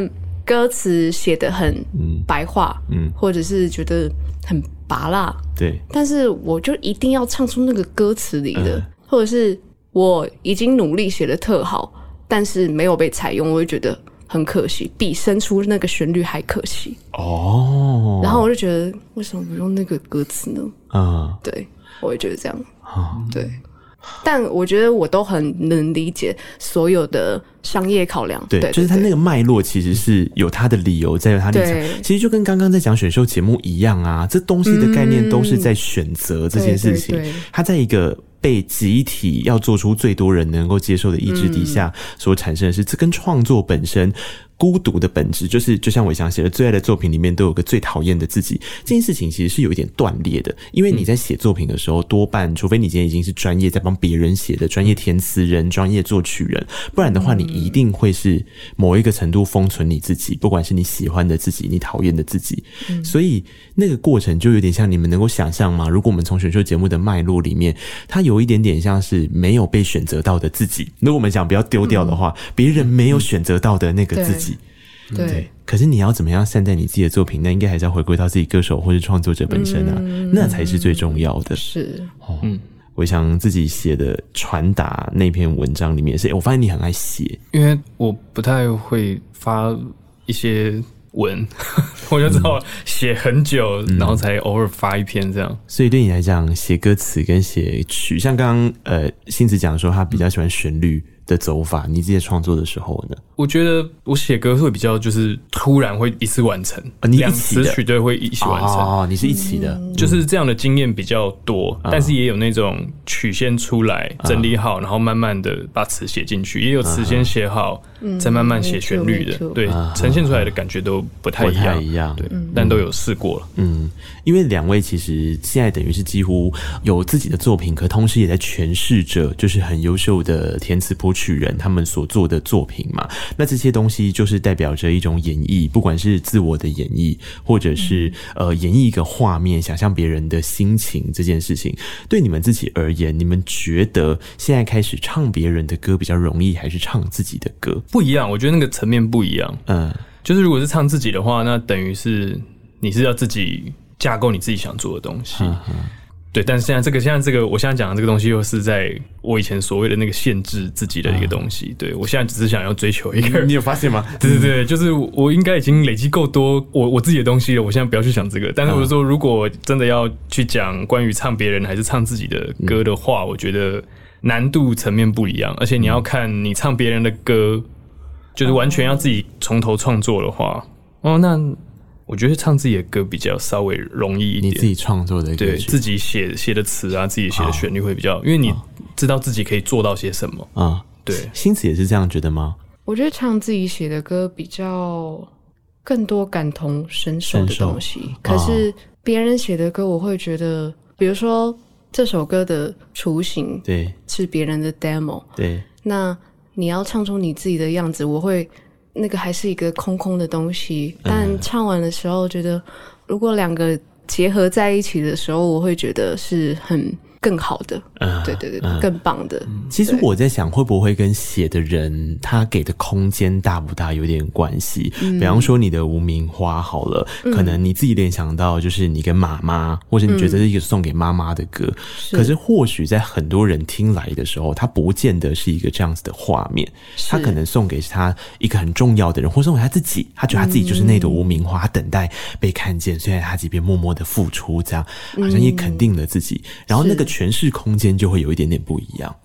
歌词写得很白话，或者是觉得很拔辣， 对， 但是我就一定要唱出那个歌词里的，或者是我已经努力写得特好，但是没有被采用，我会觉得很可惜，比生出那个旋律还可惜。哦，然后我就觉得为什么不用那个歌词呢？对，我会觉得这样，对。但我觉得我都很能理解所有的商业考量，对， 就是他那个脉络其实是有他的理由，在有他立场。其实就跟刚刚在讲选秀节目一样啊，这东西的概念都是在选择这件事情，他在一个被集体要做出最多人能够接受的意志底下所产生的是，这跟创作本身孤独的本质，就是就像伟翔写的最爱的作品里面都有个最讨厌的自己，这件事情其实是有一点断裂的。因为你在写作品的时候，多半除非你今天已经是专业在帮别人写的专业填词人、专业作曲人，不然的话你一定会是某一个程度封存你自己，不管是你喜欢的自己你讨厌的自己。所以那个过程就有点像你们能够想象吗？如果我们从选秀节目的脉络里面，它有一点点像是没有被选择到的自己，如果我们讲不要丢掉的话，别人没有选择到的那个自己。对，可是你要怎么样善待你自己的作品，那应该还是要回归到自己歌手或是创作者本身啊，那才是最重要的。 是， 我想自己写的传达那篇文章里面是，我发现你很爱写， 因为我不太会发一些文，我就知道写很久，然后才偶尔发一篇这样。 所以对你来讲，写歌词跟写曲，像刚刚星子讲说他比较喜欢旋律的走法，你自己在创作的时候呢？ 我觉得我写歌会比较就是突然会一次完成， 你一起的两词曲对会一起完成， 你是一起的， 就是这样的经验比较多，但是也有那种曲先出来整理好，然后慢慢的把词写进去，也有词先写好，再慢慢写旋律的，对，呈现出来的感觉都不太一样，对，但都有试过了。 因为两位其实现在等于是几乎有自己的作品，可同时也在诠释着就是很优秀的填词谱曲人他们所做的作品嘛。那这些东西就是代表着一种演绎，不管是自我的演绎，或者是演绎一个画面，想象别人的心情这件事情。对你们自己而言，你们觉得现在开始唱别人的歌比较容易，还是唱自己的歌？ 不一样，我觉得那个层面不一样。就是如果是唱自己的话，那等于是你是要自己架构你自己想做的东西。对，但是现在这个我现在讲的这个东西又是在我以前所谓的那个限制自己的一个东西。对，我现在只是想要追求一个， 你有发现吗？ 对，就是我应该已经累积够多我自己的东西了，我现在不要去想这个。但是我说，如果真的要去讲关于唱别人还是唱自己的歌的话，我觉得难度层面不一样，而且你要看你唱别人的歌，就是完全要自己从头创作的话，那我觉得唱自己的歌比较稍微容易一点。 你自己创作的歌曲， 对，自己写的词啊，自己写的旋律会比较，因为你知道自己可以做到些什么啊。对， 星子也是这样觉得吗？ 我觉得唱自己写的歌比较更多感同身受的东西，可是别人写的歌，我会觉得，比如说这首歌的雏形， 对， 是别人的 demo， 对， 那你要唱出你自己的样子，我会。那个还是一个空空的东西，但唱完的时候觉得，如果两个结合在一起的时候，我会觉得是更好的，对，更棒的。 其实我在想，会不会跟写的人他给的空间大不大有点关系？比方说你的无名花好了，可能你自己联想到就是你跟妈妈，或者你觉得是一个送给妈妈的歌，可是或许在很多人听来的时候，他不见得是一个这样子的画面，他可能送给他一个很重要的人，或送给他自己，他觉得他自己就是那朵无名花，他等待被看见，虽然他即便默默的付出，这样好像也肯定了自己，然后那个诠释空间就会有一点点不一样。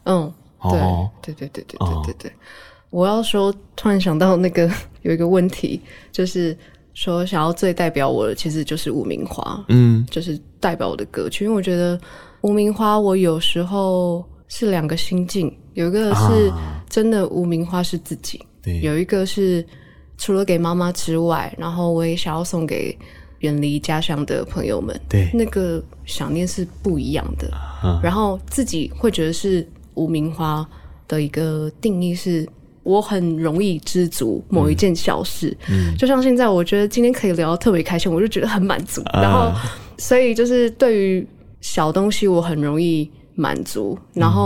对。我要说，突然想到那个有一个问题，就是说想要最代表我的其实就是无名花，就是代表我的歌曲。因为我觉得无名花，我有时候是两个心境，有一个是真的无名花是自己，有一个是除了给妈妈之外，然后我也想要送给远离家乡的朋友们， 对， 那个想念是不一样的。然后自己会觉得是无名花的一个定义是，我很容易知足某一件小事，就像现在我觉得今天可以聊得特别开心，我就觉得很满足。然后所以就是对于小东西我很容易满足，然后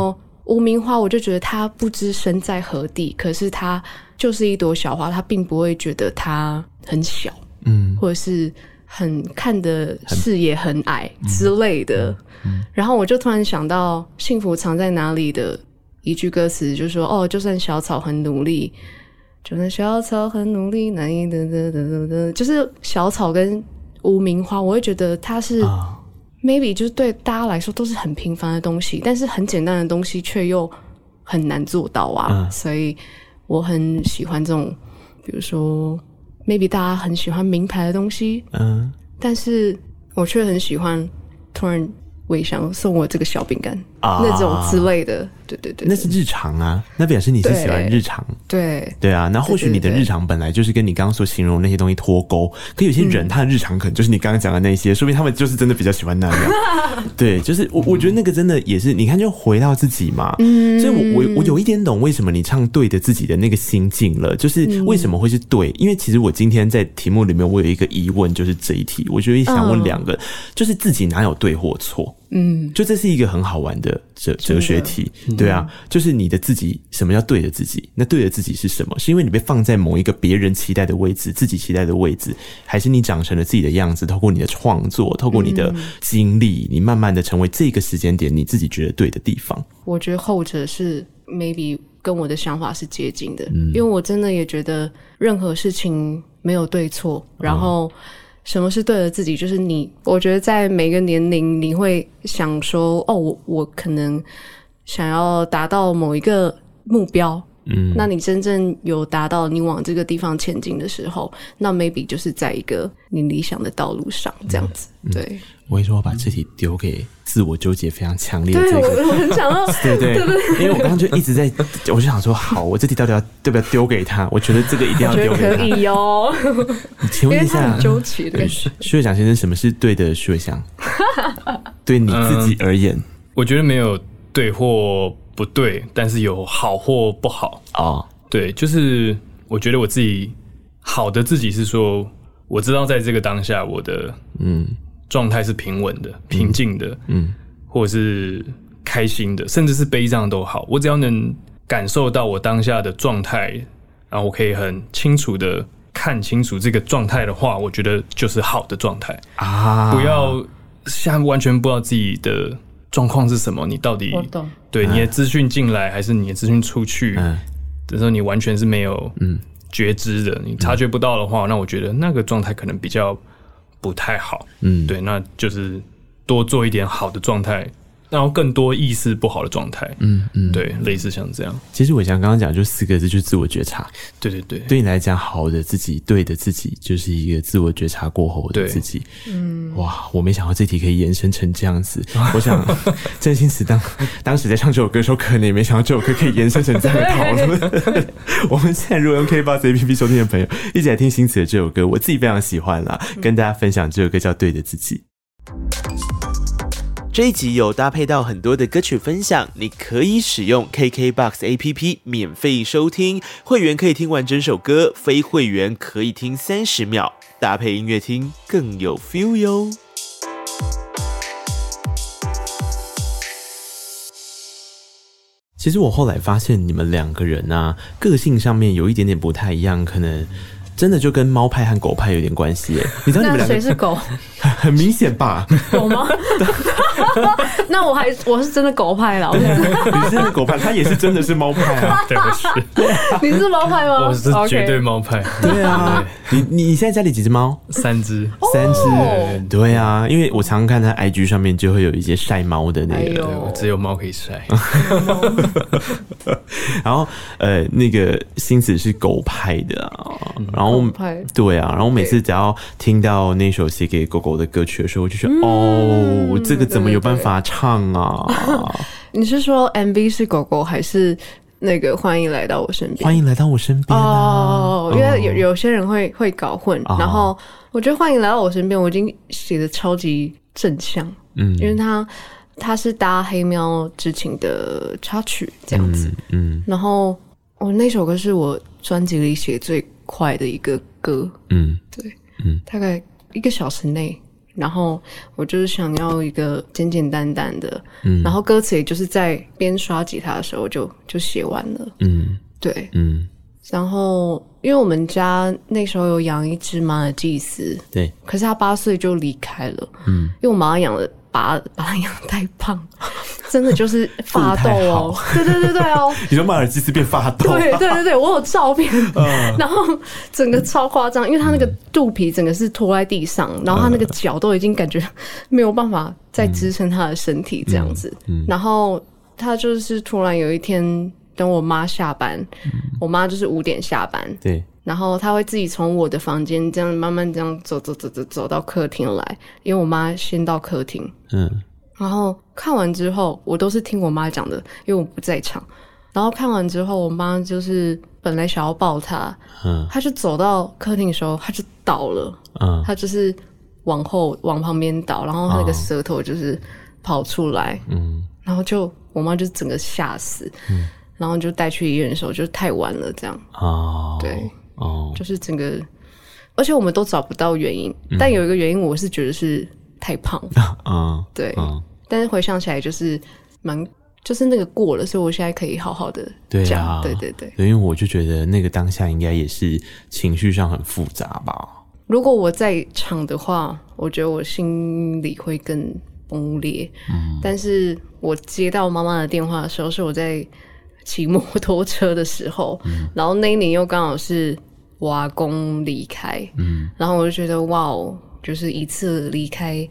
无名花我就觉得它不知身在何地，可是它就是一朵小花，它并不会觉得它很小，或者是很看的视野很矮之类的。然后我就突然想到幸福藏在哪里的一句歌词，就说就算小草很努力，就算小草很努力，难以就是小草跟无名花，我会觉得它是maybe 就是对大家来说都是很平凡的东西，但是很简单的东西却又很难做到啊。所以我很喜欢这种，比如说 maybe 大家很喜欢名牌的东西，但是我却很喜欢突然微香送我这个小饼干那种之类的。对对对， 那是日常啊，那表示你是喜欢日常。对啊，那或许你的日常本来就是跟你刚刚所形容那些东西脱钩，可有些人他的日常可能就是你刚刚讲的那些，说不定他们就是真的比较喜欢那样。对，就是我觉得那个真的也是，你看就回到自己嘛。所以我有一点懂为什么你唱对的自己的那个心境了，就是为什么会是对，因为其实我今天在题目里面我有一个疑问，就是这一题我觉得想问两个，就是自己哪有对或错。就这是一个很好玩的哲学题。对啊，就是你的自己，什么叫对的自己？那对的自己是什么？是因为你被放在某一个别人期待的位置，自己期待的位置，还是你长成了自己的样子，透过你的创作，透过你的经历，你慢慢的成为这个时间点你自己觉得对的地方？ 我觉得后者是 maybe 跟我的想法是接近的，因为我真的也觉得任何事情没有对错，然后什么是对的自己，就是你，我觉得在每个年龄你会想说我可能想要达到某一个目标，那你真正有达到你往这个地方前进的时候，那 maybe 就是在一个你理想的道路上这样子。对， 我会说我把这题丢给自我纠结非常强烈的这个， 对，我很想要对，因为我刚刚就一直在，我就想说好，我这题到底要不要丢给他？我觉得这个一定要丢给他。 可以哦。 请问一下， 很纠结的徐伟翔先生，什么是对的徐伟翔？对你自己而言， 我觉得没有对或不对，但是有好或不好。对，就是我觉得我自己好的自己是说，我知道在这个当下我的状态是平稳的、平静的，或者是开心的，甚至是悲伤都好，我只要能感受到我当下的状态，然后我可以很清楚的看清楚这个状态的话，我觉得就是好的状态不要现在完全不知道自己的状况是什么，你到底对你的资讯进来还是你的资讯出去的时候，你完全是没有觉知的，你察觉不到的话，那我觉得那个状态可能比较不太好。对，那就是多做一点好的状态，然后更多意识不好的状态。对，类似像这样。 其实我想刚刚讲就4个字，就是自我觉察。对，对你来讲，好的自己、对的自己，就是一个自我觉察过后的自己。哇，我没想到这题可以延伸成这样子。我想郑欣慈当时在唱这首歌的时候，可能也没想到这首歌可以延伸成这样的讨论。我们现在如果用 KKBOX APP 收听的朋友，一起来听欣慈的这首歌，我自己非常喜欢啦，跟大家分享这首歌叫《对的自己》。这一集有搭配到很多的歌曲分享，你可以使用 KKBOX APP 免费收听，会员可以听完整首歌，非会员可以听30秒，搭配音乐听更有 feel 哟。其实我后来发现你们2个人啊，个性上面有一点点不太一样，可能真的就跟猫派和狗派有点关系耶。你知道你们2个那谁是狗？ 很明显吧？ 狗吗？那我是真的狗派啦。 你是真的狗派，他也是真的是猫派啊。 对，我是。 你是猫派吗？ 我是绝对猫派。 对啊，你现在家里几只猫 ？3只。 3只。对啊，因为我常常看他 IG 上面就会有一些晒猫的那个， 我只有猫可以晒。 然后那个欣慈是狗派的啊，然后对啊，然后每次只要听到那首写给狗狗的歌曲的时候，我就觉得这个怎么有办法唱啊？ 你是说 MV 是狗狗还是那个欢迎来到我身边？ 欢迎来到我身边啊！ 因为有些人会搞混，然后我觉得欢迎来到我身边，我已经写的超级正向，因为它是搭黑喵知情的插曲这样子，然后那首歌是我专辑里写最快的一个歌，对，大概1个小时内然后我就是想要一个简简单单的，然后歌词也就是在边刷吉他的时候就写完了，对，然后因为我们家那时候有养一只马尔济斯， 对， 可是他8岁就离开了，因为我妈把它养得太胖，真的就是发痘哦，对哦， 你说马尔济斯变发痘， 对，我有照片，然后整个超夸张，因为它那个肚皮整个是拖在地上，然后它那个脚都已经感觉没有办法再支撑它的身体这样子，然后它就是突然有一天等我妈下班，我妈就是5点下班， 对。 然后他会自己从我的房间这样慢慢这样走到客厅来，因为我妈先到客厅，然后看完之后我都是听我妈讲的，因为我不在场。然后看完之后，我妈就是本来想要抱他，他就走到客厅的时候他就倒了，他就是往旁边倒，然后他那个舌头就是跑出来，然后我妈就整个吓死，然后就带去医院的时候就太晚了这样，对。就是整个，而且我们都找不到原因，但有一个原因我是觉得是太胖，对，但是回想起来就是就是那个过了，所以我现在可以好好的讲，对， 因为我就觉得那个当下应该也是情绪上很复杂吧。 如果我在场的话，我觉得我心里会更崩裂，但是我接到妈妈的电话的时候，是我在骑摩托车的时候，然后那一年又刚好是我阿公离开，然后我就觉得哇哦，就是一次离开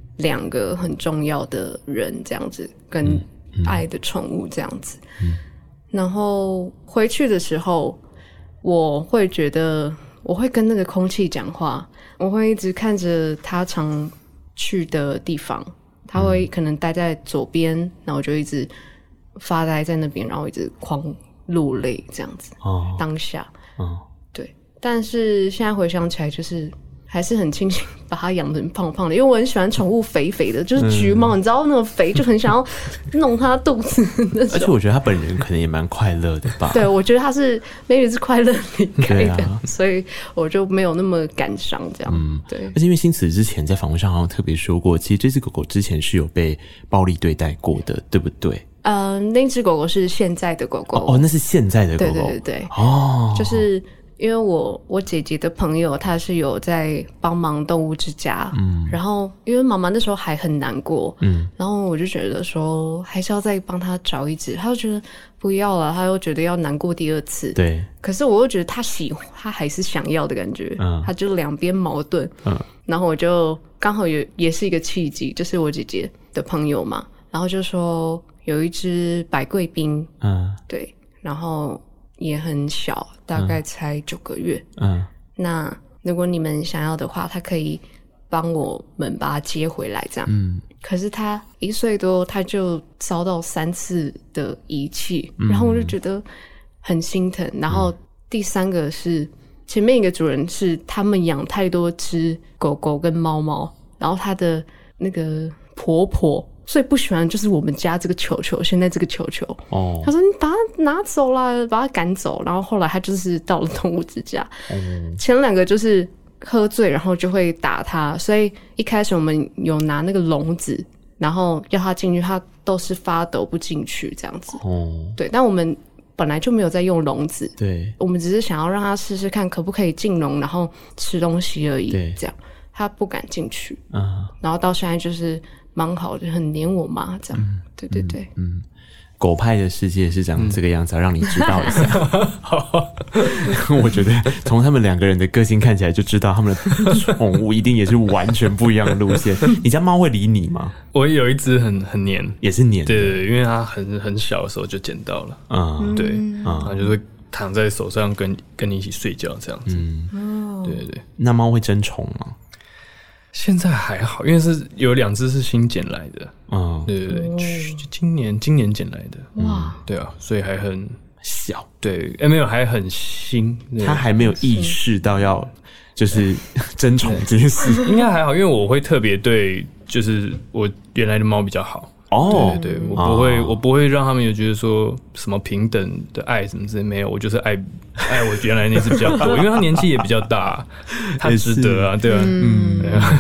2个很重要的人这样子，跟爱的宠物这样子，然后回去的时候我会觉得我会跟那个空气讲话，我会一直看着他常去的地方，他会可能待在左边，然后我就一直发呆在那边，然后一直狂落泪这样子，当下，对。但是现在回想起来，就是还是很庆幸把它养得胖胖的，因为我很喜欢宠物肥肥的，就是橘猫，你知道那种肥就很想要弄它肚子那种。 而且我觉得他本人可能也蛮快乐的吧。 对，我觉得他是 maybe 是快乐离开的，所以我就没有那么感伤这样。对。 而且因为新慈之前在访问上好像特别说过，其实这只狗狗之前是有被暴力对待过的，对不对？ 那只狗狗是现在的狗狗。 那是现在的狗狗。 对。就是因为我姐姐的朋友她是有在帮忙动物之家，然后因为妈妈那时候还很难过，然后我就觉得说还是要再帮她找一只，她就觉得不要了，她又觉得要难过第2次， 对。 可是我又觉得她还是想要的感觉，她就两边矛盾，然后我就刚好也是一个契机，就是我姐姐的朋友嘛，然后就说有一只白贵宾，对，然后也很小，大概才9个月，那如果你们想要的话，他可以帮我们把它接回来这样，可是他1岁多他就遭到3次的遗弃，然后我就觉得很心疼，然后第3个是前面一个主人是他们养太多只狗狗跟猫猫，然后他的那个婆婆最不喜欢就是我们家这个球球，现在这个球球，他说你把它拿走啦，把它赶走，然后后来他就是到了动物之家，前2个就是喝醉然后就会打他，所以一开始我们有拿那个笼子，然后要他进去，他都是发抖不进去这样子，对，但我们本来就没有在用笼子，对，我们只是想要让他试试看可不可以进笼然后吃东西而已，这样他不敢进去，然后到现在就是蛮好的，很黏我妈这样，对， 狗派的世界是长这个样子，让你知道一下。我觉得从他们2个人的个性看起来就知道，他们的宠物一定也是完全不一样的路线。你家猫会理你吗？ 我有一只很黏，也是黏， 对，因为它很小的时候就捡到了，对，它就会躺在手上跟你一起睡觉这样子，对。 那猫会争宠吗？ 现在还好，因为是有2只是新捡来的，对，今年捡来的，哇，对啊，所以还很小， 对，没有，还很新， 他还没有意识到要就是争宠这件事， 应该还好，因为我会特别对，就是我原来的猫比较好。对，我不会让他们有觉得说什么平等的爱什么之类，没有，我就是爱我原来那只比较多，因为他年纪也比较大，他值得啊，对啊，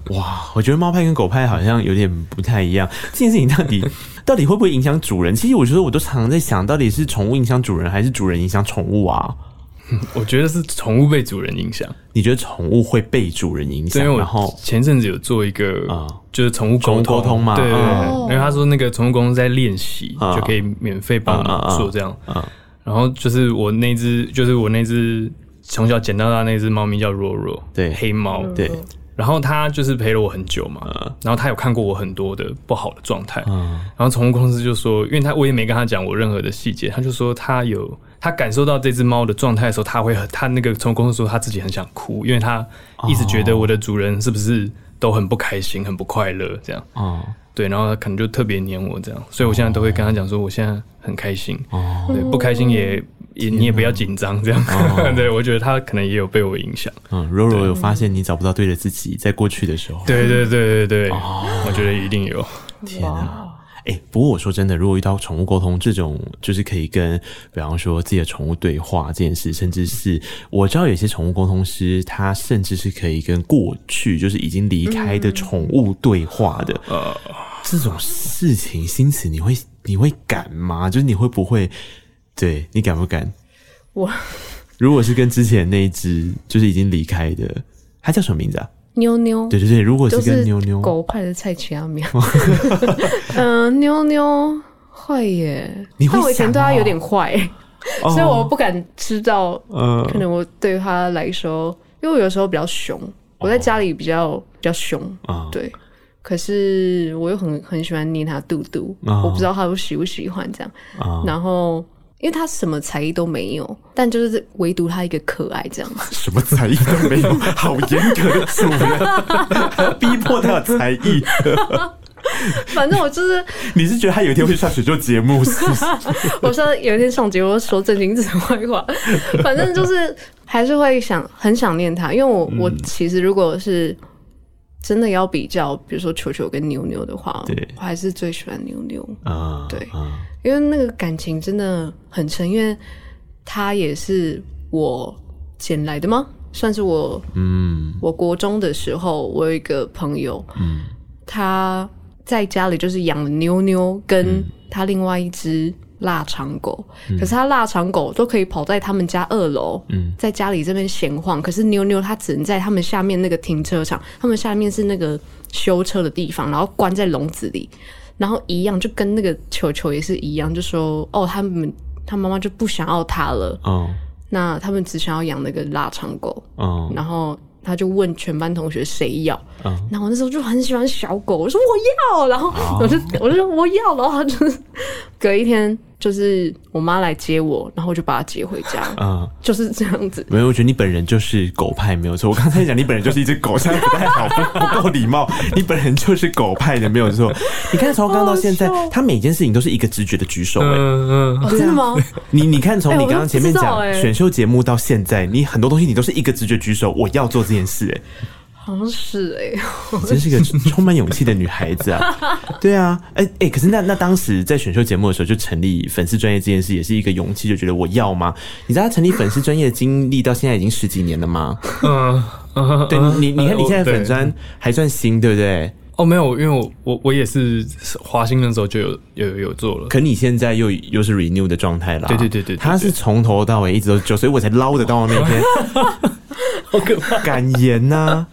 哇，我觉得猫派跟狗派好像有点不太一样。这件事情到底会不会影响主人？其实我觉得我都常常在想，到底是宠物影响主人，还是主人影响宠物啊？ 我觉得是宠物被主人影响。 你觉得宠物会被主人影响？然后前阵子有做一个就是宠物沟通嘛，对，因为他说那个宠物沟通在练习，就可以免费帮你做这样。然后就是我那只从小捡到大那只猫咪叫若若，对，黑猫，对。然后他就是陪了我很久嘛，然后他有看过我很多的不好的状态，然后宠物公司就说，因为我也没跟他讲我任何的细节，他就说他感受到这只猫的状态的时候，他那个宠物公司说他自己很想哭，因为他一直觉得我的主人是不是都很不开心、很不快乐这样，对，然后他可能就特别黏我这样，所以我现在都会跟他讲说我现在很开心，对，不开心你也不要紧张，这样。对，我觉得他可能也有被我影响。 柔柔有发现你找不到对的自己，在过去的时候。 对，我觉得一定有。 天啊！不过我说真的，如果遇到宠物沟通这种，就是可以跟，比方说自己的宠物对话这件事，甚至是我知道有些宠物沟通师，他甚至是可以跟过去就是已经离开的宠物对话的。这种事情，新慈你会敢吗？就是你会不会？对，你敢不敢？如果是跟之前那一只就是已经离开的，它叫什么名字啊？ 妞妞。 对，如果是跟妞妞， 狗派的蔡奇阿苗。妞妞会耶，但我以前对它有点坏，所以我不敢知道。可能我对它来说，因为我有时候比较凶，我在家里比较凶，对。可是我又很喜欢捏它肚肚，我不知道它喜不喜欢这样。然后。因为他什么才艺都没有，但就是唯独他一个可爱这样子。 什么才艺都没有，好严格的主人，还要逼迫他有才艺。 反正我就是， 你是觉得他有一天会上选秀节目是不是？ 我说有一天上节目说正经子坏话，反正就是还是会很想念他，因为我其实如果是真的要比较，比如说球球跟妞妞的话，我还是最喜欢妞妞对。因为那个感情真的很深，因为他也是我捡来的吗？算是我国中的时候，我有一个朋友，他在家里就是养了妞妞跟他另外一只腊肠狗，可是他腊肠狗都可以跑在他们家2楼，在家里这边闲晃，可是妞妞它只能在他们下面那个停车场，他们下面是那个修车的地方，然后关在笼子里。然后一样，就跟那个球球也是一样，就说他妈妈就不想要他了，那他们只想要养那个腊肠狗，然后他就问全班同学谁要，然后我那时候就很喜欢小狗，我说我要，然后我就说我要，然后就是隔一天就是我妈来接我，然后我就把她接回家，就是这样子。 没有，我觉得你本人就是狗派没有错。我刚才讲你本人就是一只狗，这样不太好，不够礼貌。你本人就是狗派的没有错。你看从刚到现在，他每件事情都是一个直觉的举手， 真的吗？ 你看从你刚刚前面讲选秀节目到现在，你很多东西你都是一个直觉举手，我要做这件事， 好像是你真是个充满勇气的女孩子啊！对啊，可是那当时在选秀节目的时候就成立粉丝专业这件事，也是一个勇气，就觉得我要吗？你知道他成立粉丝专业的经历到现在已经10几年了吗？对，你看你现在粉专还算新，对不对？ 没有，因为我也是华兴的时候就有做了， 可你现在又是 renew 的状态啦。 对， 他是从头到尾一直都9，所以我才捞得到那天。 好可怕！ 敢言呐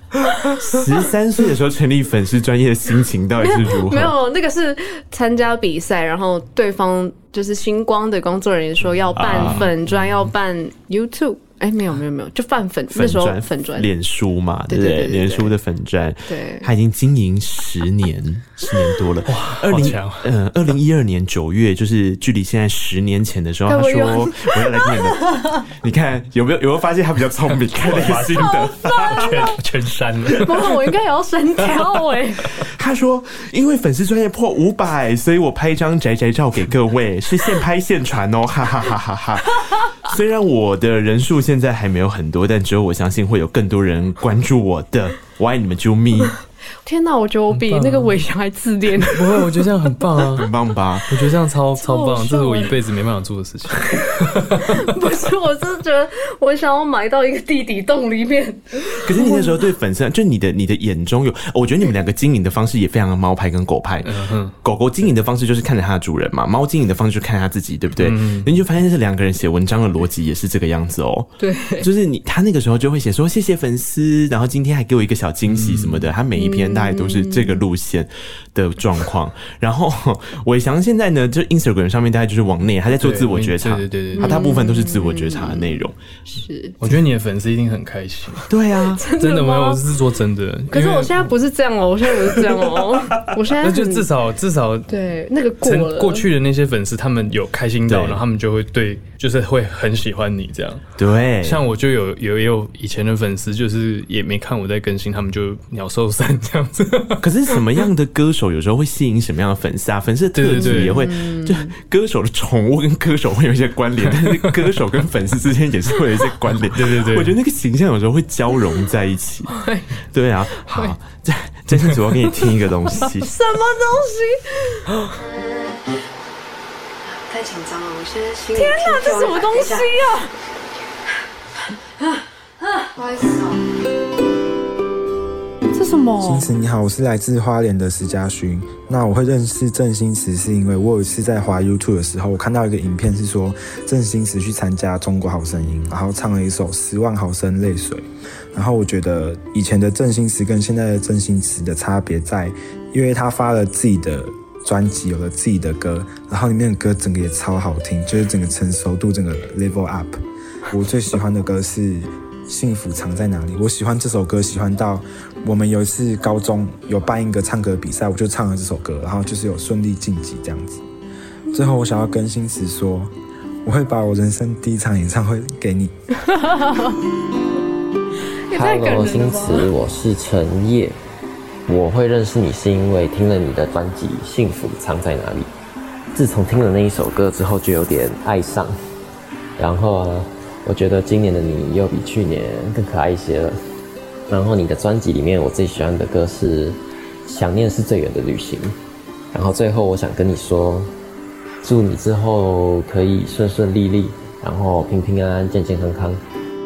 ！13岁的时候成立粉丝专业的心情到底是如何？ 没有，那个是参加比赛，然后对方就是星光的工作人员说要办粉专，要办 YouTube。没有，就办那时候粉专， 脸书嘛，对不对？脸书的粉专， 对， 他已经经营10年多了。哇， 好强 ！2012年9月，就是距离现在10年前的时候，他说我要来念的。你看有没有发现他比较聪明，开了一个新的， 全删了。 不过我应该也要删掉他说因为粉丝专业破500，所以我拍一张宅宅照给各位，是现拍现传哦，哈哈哈哈哈。虽然我的人数现在还没有很多，但只有我相信会有更多人关注我的。我爱你们啾咪。 天哪，我觉得我比那个伟翔还自恋。 不会，我觉得这样很棒啊， 很棒吧？ 我觉得这样超棒，这是我一辈子没办法做的事情。 不是，我是觉得我想要埋到一个地底洞里面。 可是你那时候对粉丝，就你的眼中有，我觉得你们两个经营的方式也非常的猫派跟狗派。狗狗经营的方式就是看着它的主人嘛，猫经营的方式就是看它自己，对不对？你就发现这两个人写文章的逻辑也是这个样子哦。 对， 就是他那个时候就会写说谢谢粉丝，然后今天还给我一个小惊喜什么的，他每一篇大概都是这个路线的状况。然后伟翔现在呢，就 Instagram 上面大概就是往内，他在做自我觉察，对，他大部分都是自我觉察的内容。 是， 我觉得你的粉丝一定很开心。 对啊， 真的没有，我是说真的。 可是我现在不是这样哦，我现在不是这样哦，我现在那就至少对那个过去的那些粉丝，他们有开心到，然后他们就会就是会很喜欢你这样。 对， 像我就有以前的粉丝，就是也没看我在更新，他们就鸟兽散这样子。 可是什么样的歌手有时候会吸引什么样的粉丝啊？粉丝的特质也会，就歌手的宠物跟歌手会有一些关联，但是歌手跟粉丝之间也是会有一些关联。对，我觉得那个形象有时候会交融在一起。对啊，好，这次主要给你听一个东西。什么东西？ 太紧张了，我现在心里…… 天哪，这什么东西啊？不好意思哦。 这什么？ 心慈你好，我是来自花莲的石家勋。那我会认识郑心慈，是因为我有一次在滑 YouTube 的时候，我看到一个影片，是说郑心慈去参加中国好声音，然后唱了一首《10万毫升泪水》。然后我觉得以前的郑心慈跟现在的郑心慈的差别在，因为他发了自己的专辑，有了自己的歌，然后里面的歌整个也超好听，就是整个成熟度整个 level up。我最喜欢的歌是《幸福藏在哪里》，我喜欢这首歌，喜欢到我们有一次高中有办一个唱歌比赛，我就唱了这首歌，然后就是有顺利晋级这样子。最后我想要跟心慈说，我会把我人生第一场演唱会给你。 Hello， 心慈，我是陈烨。我会认识你是因为听了你的专辑《幸福藏在哪里》。自从听了那一首歌之后，就有点爱上。然后我觉得今年的你又比去年更可爱一些了。然后你的专辑里面，我最喜欢的歌是《想念是最远的旅行》。然后最后我想跟你说，祝你之后可以顺顺利利，然后平平安安、健健康康。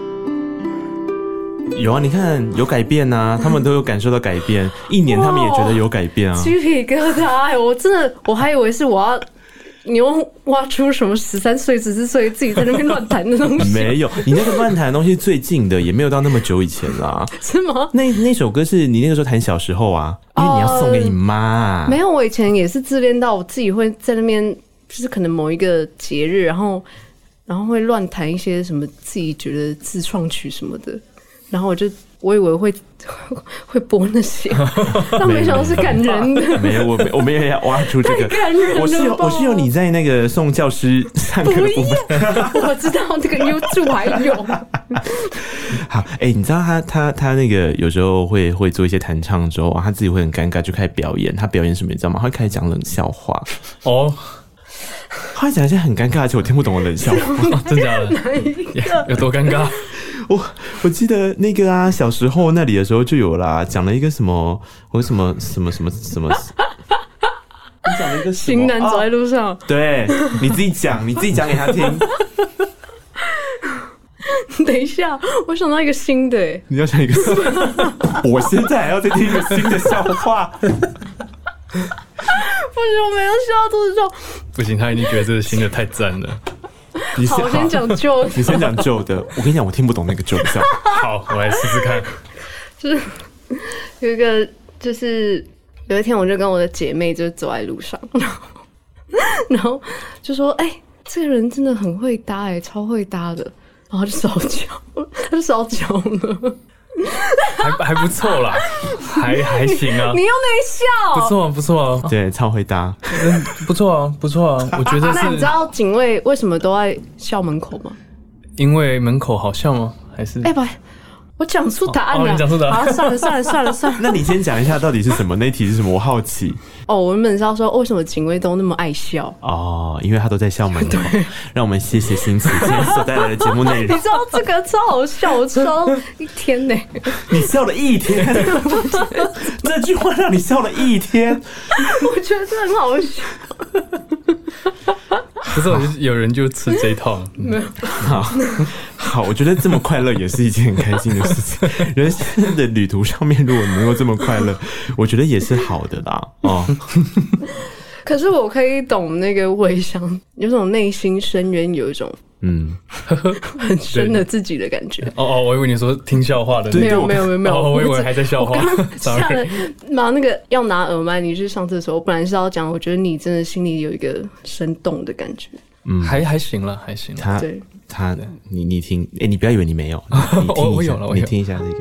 有啊，你看有改变啊，他们都有感受到改变。1年他们也觉得有改变啊， 鸡皮疙瘩！我还以为是你又挖出什么13岁、14岁自己在那边乱弹的东西。 没有，你那个乱弹的东西最近的，也没有到那么久以前啦。 是吗？ 那首歌是你那个时候弹小时候啊，因为你要送给你妈。 没有，我以前也是自恋到我自己会在那边，就是可能某一个节日，然后会乱弹一些什么自己觉得自创曲什么的。然后我以为会播那些，但没想到是感人的。 没有，我们也要挖出这个。 太感人了吧！ 我是有你在那个送教师上课的部分。 我知道这个 YouTube 还有。 好，你知道他那个有时候会做一些弹唱之后，他自己会很尴尬，就开始表演。他表演什么你知道吗？他会开始讲冷笑话。哦。他讲一些很尴尬而且我听不懂的冷笑话。 真假的？有多尴尬？ 我记得那个啊，小时候那里的时候就有啦，讲了一个什么，我什么，你讲了一个型男走在路上， 对，你自己讲给他听。 等一下，我想到一个新的， 你要想一个新的，我现在还要再听一个新的笑话。 不行，我没有笑肚子痛。 不行，他已经觉得这个新的太赞了。 好，我先讲旧的。 你先讲旧的。我跟你讲，我听不懂那个旧的笑话。 好，我来试试看。 就是有一个，就是有一天，我就跟我的姐妹就走在路上，然后就说：“这个人真的很会搭，超会搭的。”然后就烧焦，他就烧焦了。 还不错啦，还行啊。 你又没笑， 不错啊， 对，超会搭， 不错啊，我觉得是。 那你知道警卫为什么都在校门口吗？ 因为门口好笑吗？还是？ 我讲出答案了， 你讲出答案， 好，算了。 那你先讲一下到底是什么？那一题是什么？我好奇。 我原本是要说为什么警卫都那么爱笑哦，因为他都在校门口。让我们谢谢新慈今天所带来的节目内容。 你知道这个超好笑，我笑一天呢。 你笑了一天，这句话让你笑了一天， 我觉得这很好笑。 不是，我就有人就吃这一套。 好，我觉得这么快乐也是一件很开心的事情。人生的旅途上面，如果能够这么快乐，我觉得也是好的啦。 可是我可以懂那个伟翔，有种内心深渊，有一种很深的自己的感觉。 我以为你说听笑话的， 没有， 我以为还在笑话。 吓了，那个要拿耳麦，你去上厕所。我本来是要讲，我觉得你真的心里有一个生动的感觉。 还行了。 你听，你不要以为你没有，你听一下，你听一下这个。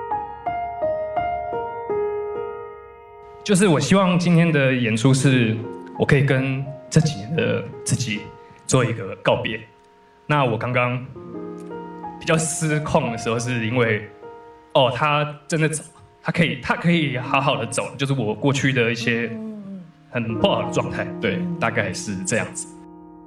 就是我希望今天的演出是我可以跟这几年的自己做一个告别。那我刚刚比较失控的时候，是因为他真的走，他可以好好的走，就是我过去的一些很不好的状态，对，大概是这样子。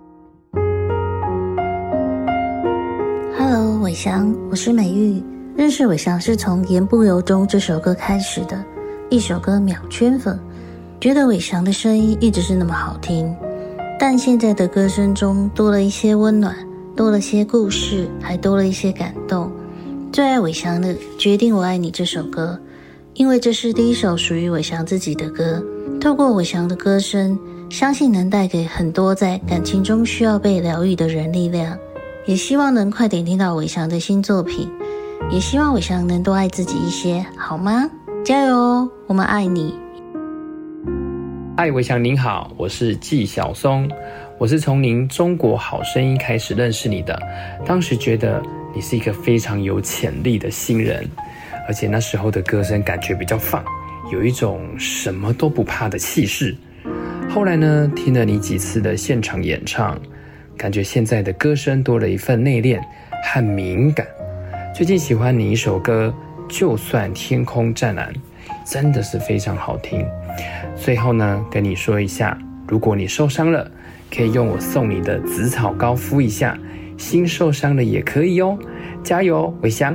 Hello， 伟翔，我是美玉。认识伟翔是从《言不由衷》这首歌开始的，一首歌秒圈粉，觉得伟翔的声音一直是那么好听，但现在的歌声中多了一些温暖，多了些故事，还多了一些感动。最爱伟翔的《决定我爱你》这首歌，因为这是第一首属于伟翔自己的歌，透过伟翔的歌声，相信能带给很多在感情中需要被疗愈的人力量。也希望能快点听到伟翔的新作品，也希望伟翔能多爱自己一些，好吗？加油哦，我们爱你。 嗨，伟翔您好，我是纪晓松，我是从您中国好声音开始认识你的，当时觉得你是一个非常有潜力的新人，而且那时候的歌声感觉比较放，有一种什么都不怕的气势。后来呢，听了你几次的现场演唱，感觉现在的歌声多了一份内敛和敏感。最近喜欢你一首歌《就算天空湛蓝》，真的是非常好听。最后呢，跟你说一下，如果你受伤了，可以用我送你的紫草膏敷一下，心受伤了也可以哦。加油，伟翔！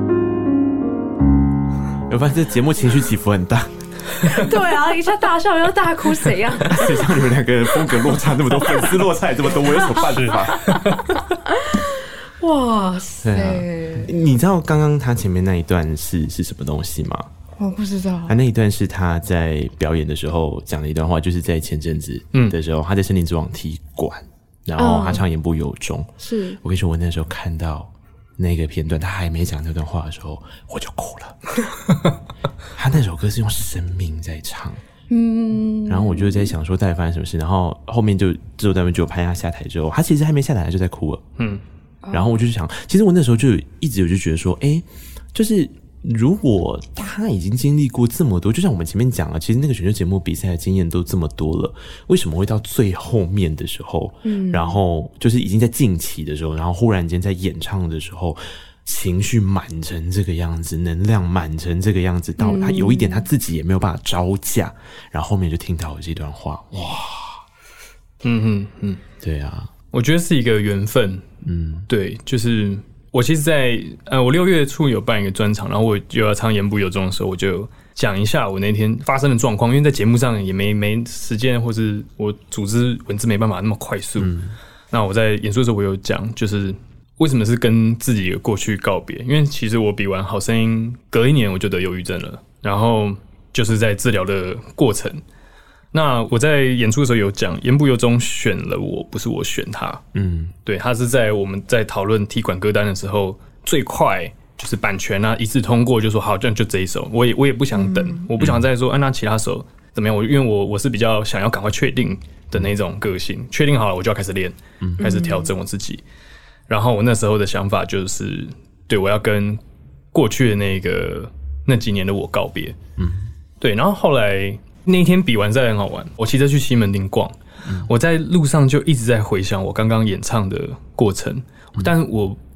我发现这节目情绪起伏很大。 对啊，一下大笑，一下大哭，谁呀？ 谁像你们两个人风格落差那么多，粉丝落差也这么多，我有什么办法？ 哇塞！ 你知道刚刚他前面那一段是什么东西吗？ 我不知道。 那一段是他在表演的时候讲的一段话，就是在前阵子的时候，他在森林之王踢馆，然后他唱言不由衷。 是我跟你说，我那时候看到那个片段，他还没讲那段话的时候，我就哭了。他那首歌是用生命在唱，然后我就在想说到底发生什么事，然后后面就制作单位就拍他下台之后，他其实还没下台就在哭了，然后我就想，其实我那时候就一直就觉得说，就是如果他已经经历过这么多，就像我们前面讲了，其实那个选秀节目比赛的经验都这么多了，为什么会到最后面的时候，然后就是已经在近期的时候，然后忽然间在演唱的时候，情绪满成这个样子，能量满成这个样子，到他有一点他自己也没有办法招架，然后后面就听到了这段话，哇，对啊， 我觉得是一个缘分，对，就是我其实在我6月初有办一个专场，然后我就要唱言不由衷的时候，我就讲一下我那天发生的状况，因为在节目上也没时间，或是我组织文字没办法那么快速。那我在演出的时候我有讲，就是为什么是跟自己的过去告别，因为其实我比完好声音隔一年我就得忧郁症了，然后就是在治疗的过程。那我在演出的时候有讲，言不由衷选了我，不是我选他。对，他是在我们在讨论踢馆歌单的时候，最快就是版权啊一致通过，就说好，这样就这一首。我也不想等，我不想再说那其他首怎么样？因为我是比较想要赶快确定的那种个性，确定好了我就要开始练，开始调整我自己。然后我那时候的想法就是，对，我要跟过去的那几年的我告别。对，然后后来。那一天比完赛很好玩，我骑车去西门町逛，我在路上就一直在回想我刚刚演唱的过程，但我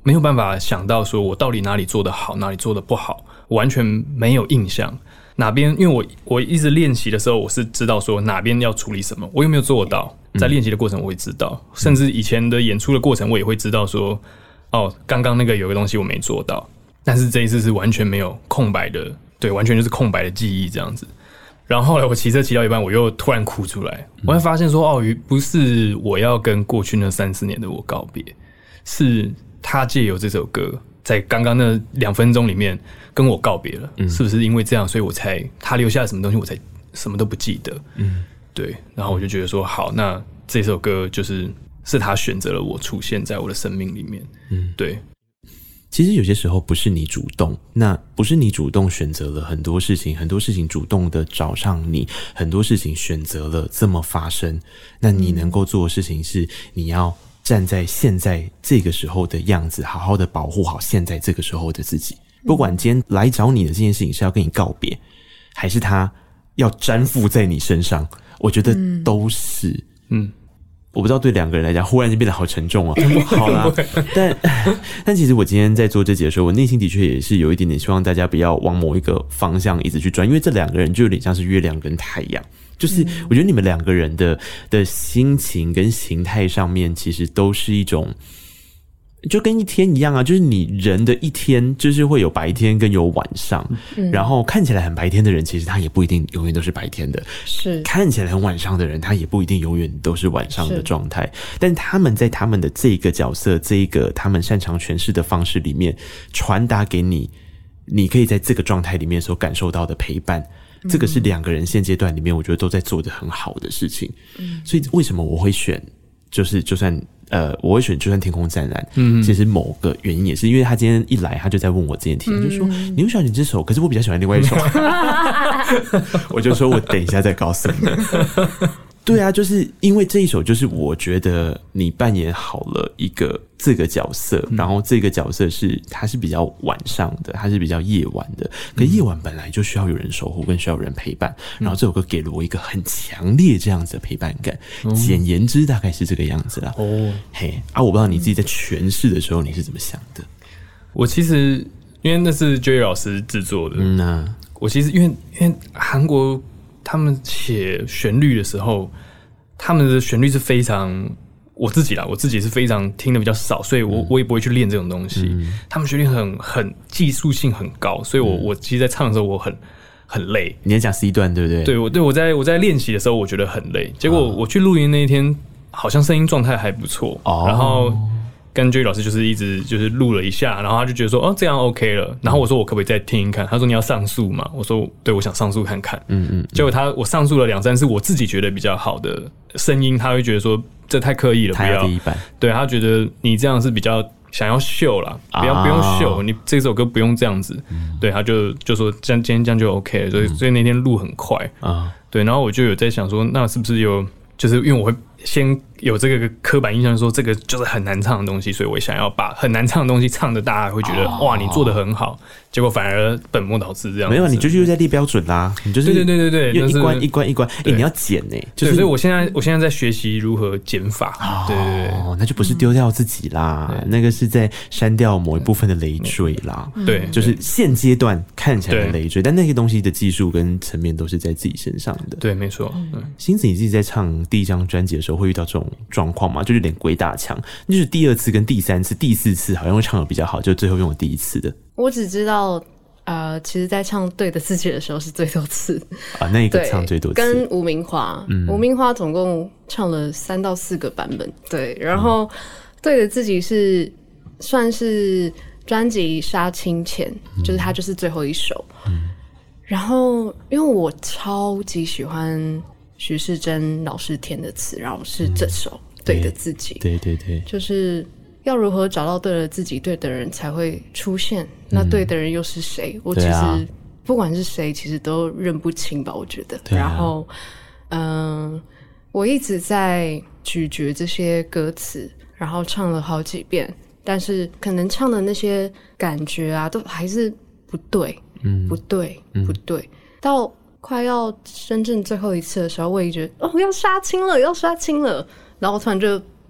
没有办法想到说我到底哪里做得好，哪里做得不好，我完全没有印象。哪边，因为我一直练习的时候，我是知道说哪边要处理什么，我有没有做到，在练习的过程我会知道，甚至以前的演出的过程我也会知道说，哦，刚刚那个有个东西我没做到，但是这一次是完全没有空白的，对，完全就是空白的记忆这样子。然后后来我骑车骑到一半，我又突然哭出来，我会发现说，哦，不是我要跟过去那3-4年的我告别，是他借由这首歌，在刚刚那2分钟里面跟我告别了，是不是因为这样，所以我才他留下了什么东西，我才什么都不记得，对。然后我就觉得说，好，那这首歌是他选择了我出现在我的生命里面，对。 其实有些时候不是你主动，那不是你主动选择了很多事情，很多事情主动的找上你，很多事情选择了这么发生，那你能够做的事情是你要站在现在这个时候的样子，好好的保护好现在这个时候的自己。不管今天来找你的这件事情是要跟你告别，还是他要粘附在你身上，我觉得都是我不知道对2个人来讲忽然间变得好沉重哦。好啦，但其实我今天在做这集的时候，我内心的确也是有一点点希望大家不要往某一个方向一直去转，因为这2个人就有点像是月亮跟太阳，就是我觉得你们2个人的心情跟形态上面其实都是一种，就跟一天一样啊，就是你人的一天就是会有白天跟有晚上，然后看起来很白天的人，其实他也不一定永远都是白天的，是看起来很晚上的人，他也不一定永远都是晚上的状态。但他们在他们的这个角色，这一个他们擅长诠释的方式里面，传达给你，你可以在这个状态里面所感受到的陪伴。这个是2个人现阶段里面我觉得都在做得很好的事情。所以为什么我会选就算我会选就算天空湛蓝，其实某个原因也是因为他今天一来他就在问我这件题，就说你为什么选这首，可是我比较喜欢另外一首我就说我等一下再告诉你对啊，就是因为这一首就是我觉得你扮演好了一个这个角色，然后这个角色它是比较晚上的，它是比较夜晚的，可夜晚本来就需要有人守护跟需要有人陪伴，然后这首歌给了我一个很强烈这样子的陪伴感，简言之大概是这个样子啦。嘿啊，我不知道你自己在诠释的时候你是怎么想的。 我其实因为那是 Joy 老师制作的，我其实因为韩国他们写旋律的时候，他们的旋律是非常，我自己是非常听的比较少，所以我也不会去练这种东西。他们旋律很技术性很高，所以我其实在唱的时候我很累。 你在讲 C 段对不对？ 对，我在练习的时候我觉得很累，结果我去录音那一天，好像声音状态还不错，然后跟 Joy 老师就是一直就是录了一下，然后他就觉得说哦这样 OK 了，然后我说我可不可以再听听看？他说你要上诉嘛？我说对，我想上诉看看。结果我上诉了2-3次，我自己觉得比较好的声音，他会觉得说这太刻意了，不要。 第一版， 对，他觉得你这样是比较想要秀啦，不用秀，你这首歌不用这样子。对，他就说今天这样就 OK 了，所以那天录很快对，然后我就有在想说，那是不是就是因为我会先有这个刻板印象，说这个就是很难唱的东西，所以我想要把很难唱的东西唱的大家会觉得哇你做得很好，结果反而本末倒置这样子。 没有，你就是又在立标准啦，你就是对， 一关一关一关，你要剪就是所以我现在在学习如何减法。对， 那就不是丢掉自己啦，那个是在删掉某一部分的累赘啦。 对， 就是现阶段看起来的累赘，但那些东西的技术跟层面都是在自己身上的。 对，没错。 星子你自己在唱第1张专辑的时候会遇到这种状况吗？就是有点鬼打墙，就是第2次跟第3次、第4次好像会唱的比较好，就最后用了第1次的。 我只知道其实在唱对的自己的时候是最多次那一个唱最多次跟吴明华吴明华总共唱了3到4个版本。对，然后对的自己是算是专辑杀青前，就是它就是最后一首。然后因为我超级喜欢徐世珍老师填的词，然后是这首对的自己。 对， 就是要如何找到对的自己，对的人才会出现，那对的人又是谁？我其实不管是谁其实都认不清吧，我觉得。然后我一直在咀嚼这些歌词，然后唱了好几遍，但是可能唱的那些感觉啊都还是不对，不对，到快要真正最后一次的时候，我也觉得要杀青了，然后突然就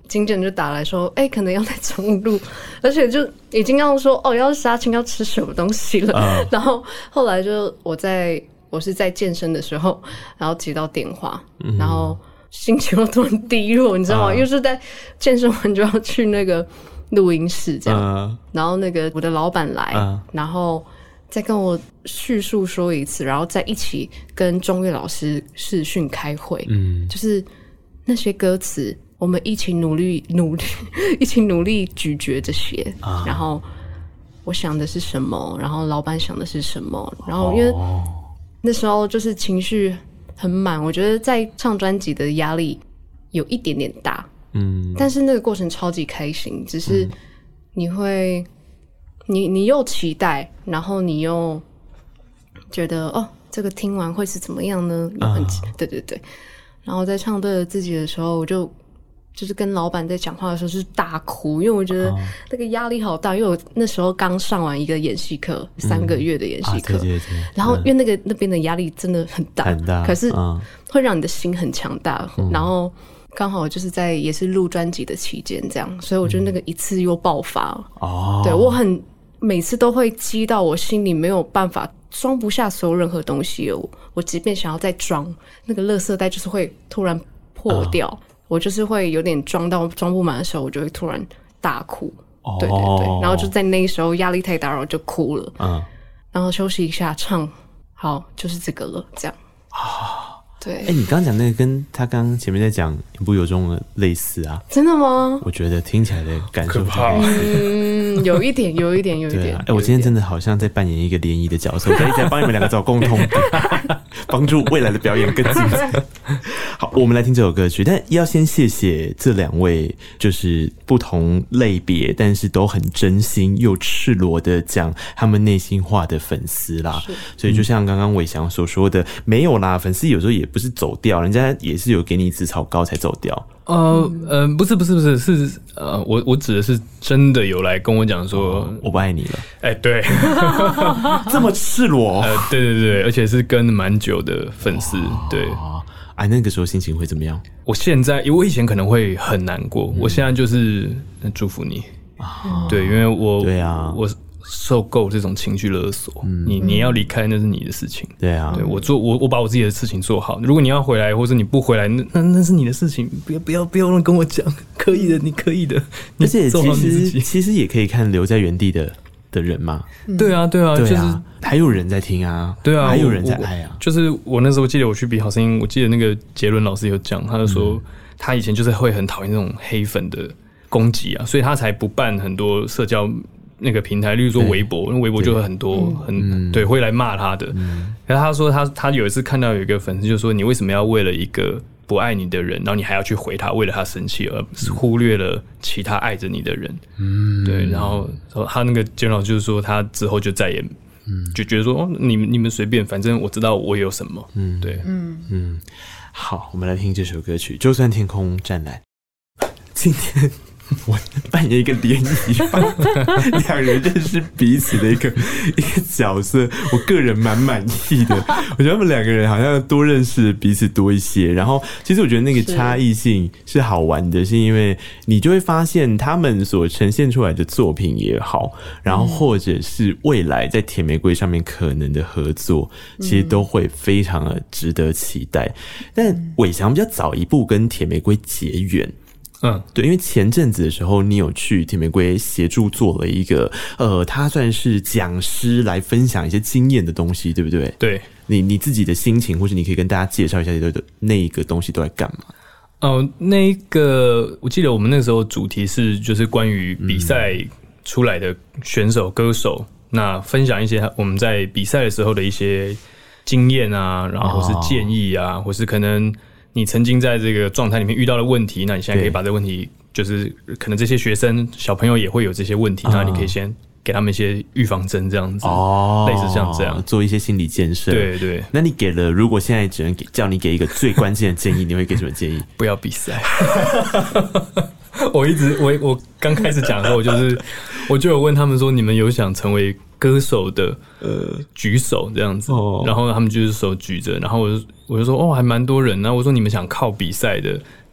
经纪人就打来说，可能要在中路，而且就已经要说要杀青要吃什么东西了。然后后来就我是在健身的时候，然后接到电话，然后心情又突然低落，你知道吗？又是在健身完就要去那个录音室这样，然后那个我的老板来，然后再跟我叙述说一次，然后再一起跟中岳老师视讯开会，就是那些歌词，我们一起努力一起努力咀嚼这些，然后我想的是什么，然后老板想的是什么，然后因为那时候就是情绪很满，我觉得在唱专辑的压力有一点点大，但是那个过程超级开心，只是你会你又期待，然后你又觉得这个听完会是怎么样呢？对对对，然后在唱对了自己的时候，我就是跟老板在讲话的时候是大哭，因为我觉得那个压力好大，因为我那时候刚上完一个演戏课，3个月的演戏课，对，然后因为那边的压力真的很大，可是会让你的心很强大，然后刚好就是在也是录专辑的期间这样，所以我觉得那个一次又爆发对，我每次都会激到我心里没有办法装不下所有任何东西了，我即便想要再装，那个垃圾袋就是会突然破掉，我就是会有点装不满的时候，我就会突然大哭，对对对，然后就在那时候压力太大，然后就哭了，然后休息一下，唱好就是这个了，这样对。 你刚刚讲那个跟他刚刚前面在讲言不由衷的类似啊？ 真的吗？ 我觉得听起来的感受有一点。 我今天真的好像在扮演一个联谊的角色，我可以再帮你们两个找共同点，帮助未来的表演更精彩。好，我们来听这首歌曲，但要先谢谢这2位，就是不同类别，但是都很真心又赤裸的讲他们内心话的粉丝啦。所以就像刚刚伟翔所说的，没有啦，粉丝有时候也不是走掉，人家也是有给你紫草膏才走掉。 不是，我指的是真的有来跟我讲说我不爱你了。 对， 这么赤裸。 对，而且是跟蛮久的粉丝。对， 那个时候心情会怎么样？ 我以前可能会很难过，我现在就是祝福你。对，因为我受够这种情绪勒索，你要离开那是你的事情。 对啊， 对我把我自己的事情做好。如果你要回来，或者你不回来，那是你的事情，不要跟我讲，可以的，你可以的。 而且其实也可以看留在原地的人嘛。 对啊，就是还有人在听啊， 对啊， 还有人在爱啊。 就是我那时候记得我去比好声音，我记得那个杰伦老师有讲，他就说他以前就是会很讨厌那种黑粉的攻击啊，所以他才不办很多社交那个平台，例如说微博，因为微博就会很多对会来骂他的。然后他说他有一次看到有一个粉丝就说，你为什么要为了一个不爱你的人，然后你还要去回他，为了他生气而忽略了其他爱着你的人。对，然后他那个简老就是说他之后就再也就觉得说你们随便，反正我知道我有什么。对， 好，我们来听这首歌曲，就算天空湛蓝。今天我扮演一个联谊方，2人认识彼此的一个角色，我个人蛮满意的。我觉得他们2个人好像多认识彼此多一些。然后，其实我觉得那个差异性是好玩的，是因为你就会发现他们所呈现出来的作品也好，然后或者是未来在甜玫瑰上面可能的合作，其实都会非常的值得期待。但伟翔比较早一步跟甜玫瑰结缘。对，因为前阵子的时候，你有去甜玫瑰协助做了一个他算是讲师来分享一些经验的东西，对不对？ 对， 你自己的心情，或者你可以跟大家介绍一下那一个东西都在干嘛？ 那个我记得我们那时候主题是就是关于比赛出来的选手歌手，那分享一些我们在比赛的时候的一些经验啊，然后或是建议啊，或是可能你曾经在这个状态里面遇到的问题，那你现在可以把这个问题，就是可能这些学生小朋友也会有这些问题，那你可以先给他们一些预防针，这样子，类似像这样做一些心理建设。 对， 那你给了，如果现在只能叫你给一个最关键的建议，你会给什么建议？ 不要比赛。我刚开始讲的时候，我就有问他们说，你们有想成为歌手的举手这样子，然后他们就是手举着，然后我就说还蛮多人，然后我说你们想靠比赛的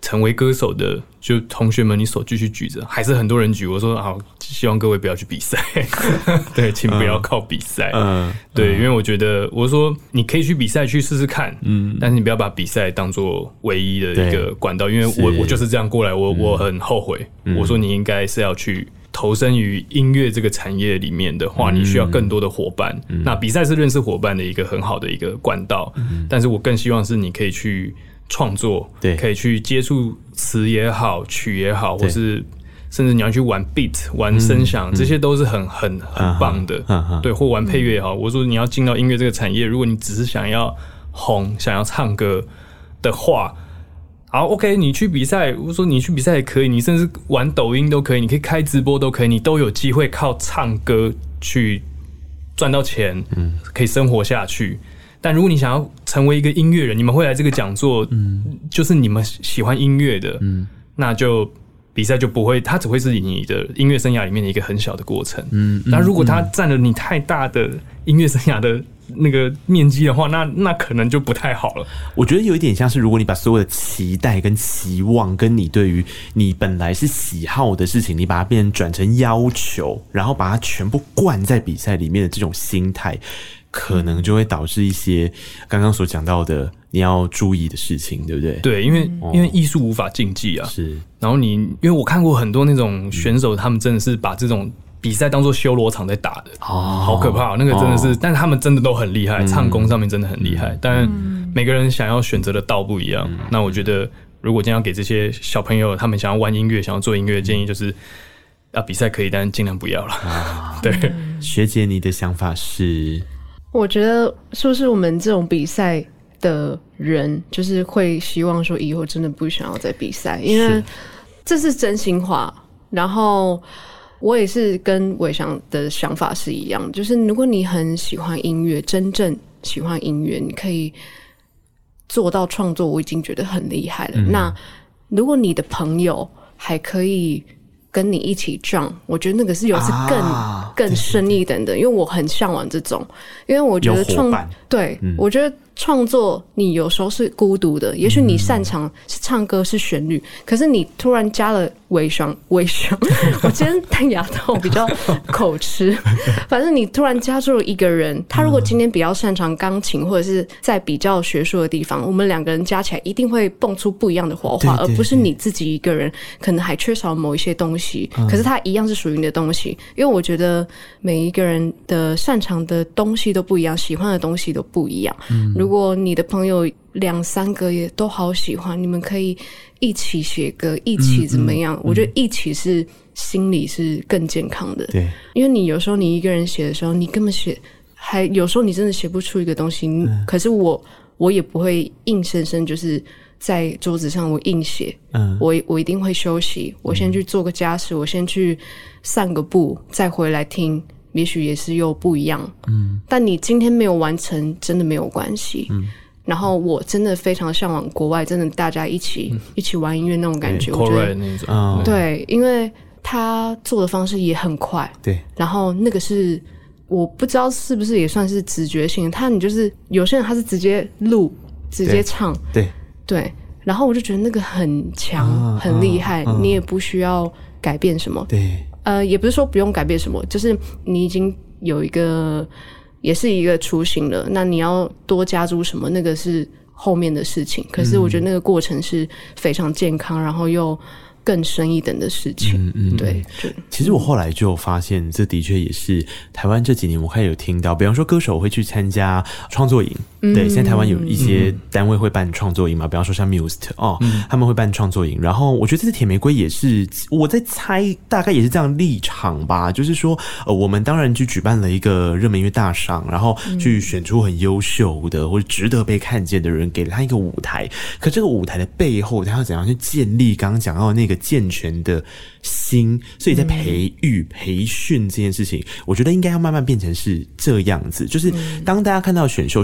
成为歌手的，就同学们，你手继续举着，还是很多人举。我说好，希望各位不要去比赛，对，请不要靠比赛，对，因为我觉得，我说你可以去比赛去试试看，但是你不要把比赛当作唯一的一个管道，因为我就是这样过来，我很后悔。我说你应该是要去投身于音乐这个产业里面的话，你需要更多的伙伴。那比赛是认识伙伴的一个很好的一个管道，但是我更希望是你可以去创作，可以去接触词也好，曲也好，或是甚至你要去玩 beat、玩声响，这些都是很棒的。对，或玩配乐也好。我说你要进到音乐这个产业，如果你只是想要红、想要唱歌的话，好 ，OK， 你去比赛，我说你去比赛也可以，你甚至玩抖音都可以，你可以开直播都可以，你都有机会靠唱歌去赚到钱，可以生活下去。但如果你想要成为一个音乐人，你们会来这个讲座，就是你们喜欢音乐的，那就比赛就不会，它只会是你的音乐生涯里面的一个很小的过程。那如果它占了你太大的音乐生涯的那个面积的话，那可能就不太好了。 我觉得有一点像是，如果你把所有的期待跟期望，跟你对于你本来是喜好的事情，你把它变成转成要求，然后把它全部灌在比赛里面的这种心态，可能就会导致一些刚刚所讲到的你要注意的事情，对不对？ 对，因为艺术无法竞技啊。是，然后因为我看过很多那种选手，他们真的是把这种比赛当作修罗场在打的，好可怕，那个真的是，但是他们真的都很厉害，唱功上面真的很厉害，但每个人想要选择的道不一样。那我觉得，如果今天要给这些小朋友，他们想要玩音乐、想要做音乐的建议，就是比赛可以，但尽量不要了。对， 学姐，你的想法是？ 我觉得是不是我们这种比赛的人，就是会希望说以后真的不想要再比赛，因为这是真心话。然后我也是跟伟翔的想法是一样，就是如果你很喜欢音乐，真正喜欢音乐，你可以做到创作，我已经觉得很厉害了。那如果你的朋友还可以跟你一起撞，我觉得那个是更深一点的，因为我很向往这种，因为我觉得我觉得创作你有时候是孤独的，也许你擅长是唱歌是旋律，可是你突然加了微商，我今天戴牙套比较口吃，反正你突然加入了一个人，他如果今天比较擅长钢琴或者是在比较学术的地方，我们两个人加起来一定会蹦出不一样的火花，而不是你自己一个人可能还缺少某一些东西，可是它一样是属于你的东西。因为我觉得每一个人的擅长的东西都不一样，喜欢的东西都不一样。如果你的朋友2-3个也都好喜欢，你们可以一起写歌，一起怎么样？我觉得一起是心里是更健康的。对，因为你有时候你一个人写的时候，你根本还有时候你真的写不出一个东西。可是我也不会硬生生就是在桌子上我硬写，我一定会休息，我先去做个家事，我先去散个步，再回来听。也许也是又不一样，但你今天没有完成，真的没有关系。然后我真的非常向往国外，真的大家一起玩音乐那种感觉，我觉得那种对，因为他做的方式也很快，对，然后那个是我不知道是不是也算是直觉性的，你就是有些人他是直接录直接唱，对，然后我就觉得那个很强很厉害，你也不需要改变什么，对。也不是说不用改变什么，就是你已经有一个，也是一个雏形了。那你要多加入什么，那个是后面的事情。可是我觉得那个过程是非常健康，然后又更深一等的事情。对。 其实我后来就发现，这的确也是台湾这几年我开始有听到，比方说歌手会去参加创作营。对，现在台湾有一些单位会办创作营嘛，比方说像 Muse 他们会办创作营。然后我觉得这次铁玫瑰也是，我在猜大概也是这样立场吧，就是说我们当然去举办了一个热门音乐大赏，然后去选出很优秀的或者值得被看见的人，给了他一个舞台。可这个舞台的背后，他要怎样去建立刚刚讲到的那个健全的心？所以在培育培训这件事情，我觉得应该要慢慢变成是这样子，就是当大家看到选秀一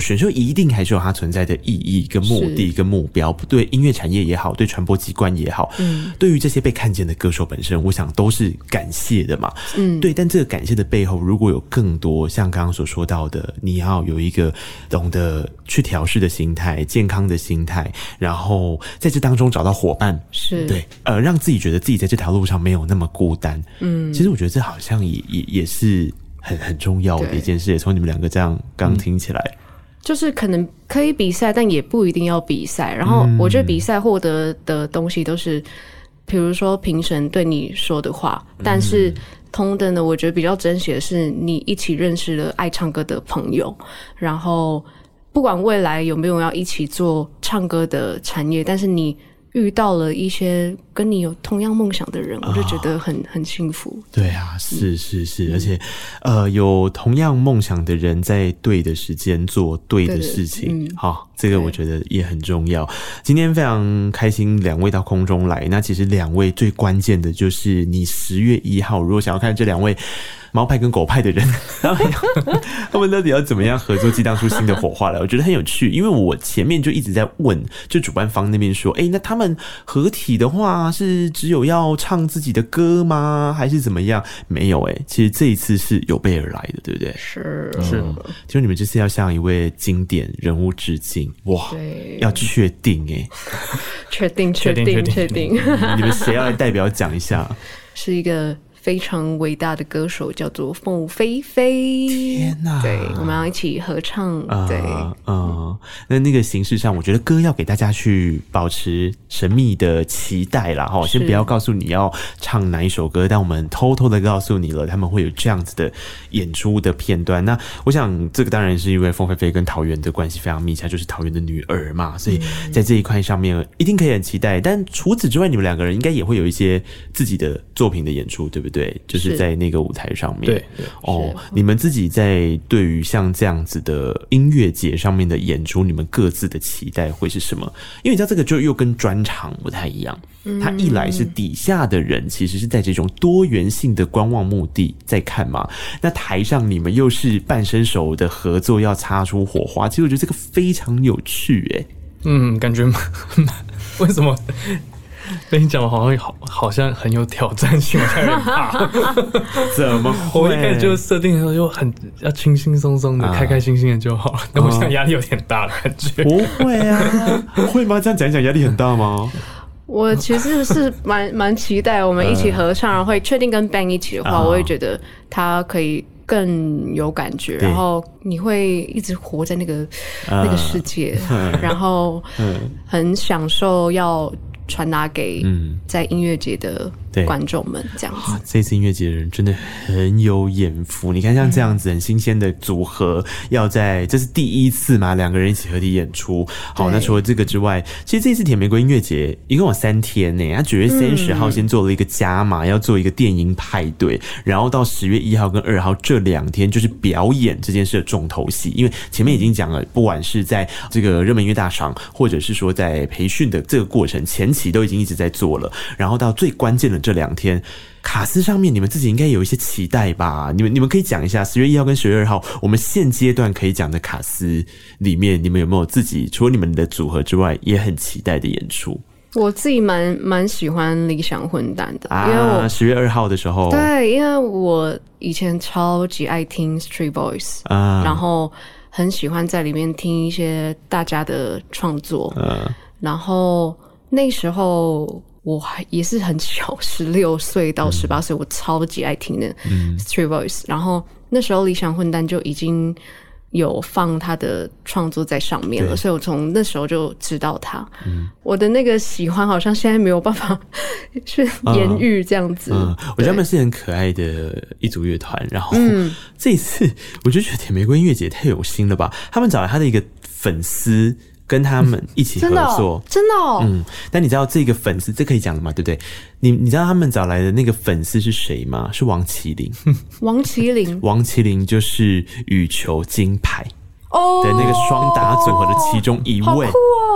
一定还是有它存在的意义跟目的跟目标，对音乐产业也好，对传播机关也好，对于这些被看见的歌手本身，我想都是感谢的嘛。对，但这个感谢的背后，如果有更多像刚刚所说到的，你要有一个懂得去调试的心态，健康的心态，然后在这当中找到伙伴， 是对，让自己觉得自己在这条路上没有那么孤单。其实我觉得这好像也是很重要的一件事。从你们两个这样刚听起来， 就是可能可以比赛，但也不一定要比赛。然后我觉得比赛获得的东西都是，比如说评审对你说的话，但是同等的，我觉得比较珍惜的是你一起认识了爱唱歌的朋友，然后不管未来有没有要一起做唱歌的产业，但是你遇到了一些跟你有同样梦想的人，我就觉得很幸福。 对啊，是，而且有同样梦想的人在对的时间做对的事情，好，这个我觉得也很重要。今天非常开心两位到空中来，那其实两位最关键的就是你10月1号如果想要看这两位猫派跟狗派的人他们到底要怎么样合作激荡出新的火花来，我觉得很有趣。因为我前面就一直在问，就主办方那边说那他们合体的话是只有要唱自己的歌吗还是怎么样？没有其实这一次是有备而来的，对不对？ 是就你们这次要向一位经典人物致敬，哇，要确定确定你们谁要来代表讲一下？ 是一个非常伟大的歌手，叫做凤飞飞。 天哪！ 对，我们要一起合唱。对， 那个形式上，我觉得歌要给大家去保持神秘的期待啦。先不要告诉你要唱哪一首歌，但我们偷偷的告诉你了，他们会有这样子的演出的片段。那我想，这个当然是因为凤飞飞跟桃园的关系非常密切，就是桃园的女儿嘛，所以在这一块上面一定可以很期待。但除此之外，你们两个人应该也会有一些自己的作品的演出，对不对？就是在那个舞台上面。 对你们自己在对于像这样子的音乐节上面的演出，你们各自的期待会是什么？因为你知道这个就又跟专场不太一样，它一来是底下的人其实是在这种多元性的观望目的在看嘛，那台上你们又是半生熟的合作要擦出火花，其实我觉得这个非常有趣感觉为什么跟你讲好像很有挑战性，我有点怕。 怎么会？ 我一开始就设定的时候就很要轻轻松松的、开开心心的就好了。但我现在压力有点大的感觉。 不会啊，会吗？这样讲一讲压力很大吗？ 我其实是蛮期待我们一起合唱，然后会确定跟 band 一起的话，我会觉得他可以更有感觉，然后你会一直活在那个世界，然后很享受要传达给在音乐节的观众们，这样子。 这次音乐节的人真的很有眼福，你看像这样子很新鲜的组合，这是第一次嘛，两个人一起合体演出。好，那除了这个之外，其实这次铁玫瑰音乐节一共有3天呢。他9月30号先做了一个加码，要做一个电音派对，然后到10月1号跟2号这2天就是表演这件事的重头戏。因为前面已经讲了，不管是在这个热门音乐大赏，或者是说在培训的这个过程前期都已经一直在做了，然后到最关键的这2天，卡司上面你们自己应该有一些期待吧？你们可以讲一下10月1号跟10月2号，我们现阶段可以讲的卡司里面，你们有没有自己除了你们的组合之外，也很期待的演出？ 我自己蛮喜欢理想混蛋的，因为我 10月2号的时候， 对，因为我以前超级爱听 Street Boys，然后很喜欢在里面听一些大家的创作，然后那时候我也是很小，16岁到18岁，我超级爱听的 Street Boys，然后那时候理想混蛋就已经有放他的创作在上面了，所以我从那时候就知道他。我的那个喜欢好像现在没有办法去言喻这样子。 我觉得他们是很可爱的一组乐团，然后这一次我就觉得铁玫瑰音乐节太有心了吧，他们找来他的一个粉丝跟他们一起合作， 真的哦。 但你知道这个粉丝，这可以讲的吗？对不对？你知道他们找来的那个粉丝是谁吗？是王麒麟。 王麒麟， 王麒麟就是羽球金牌的那个双打组合的其中一位。 好酷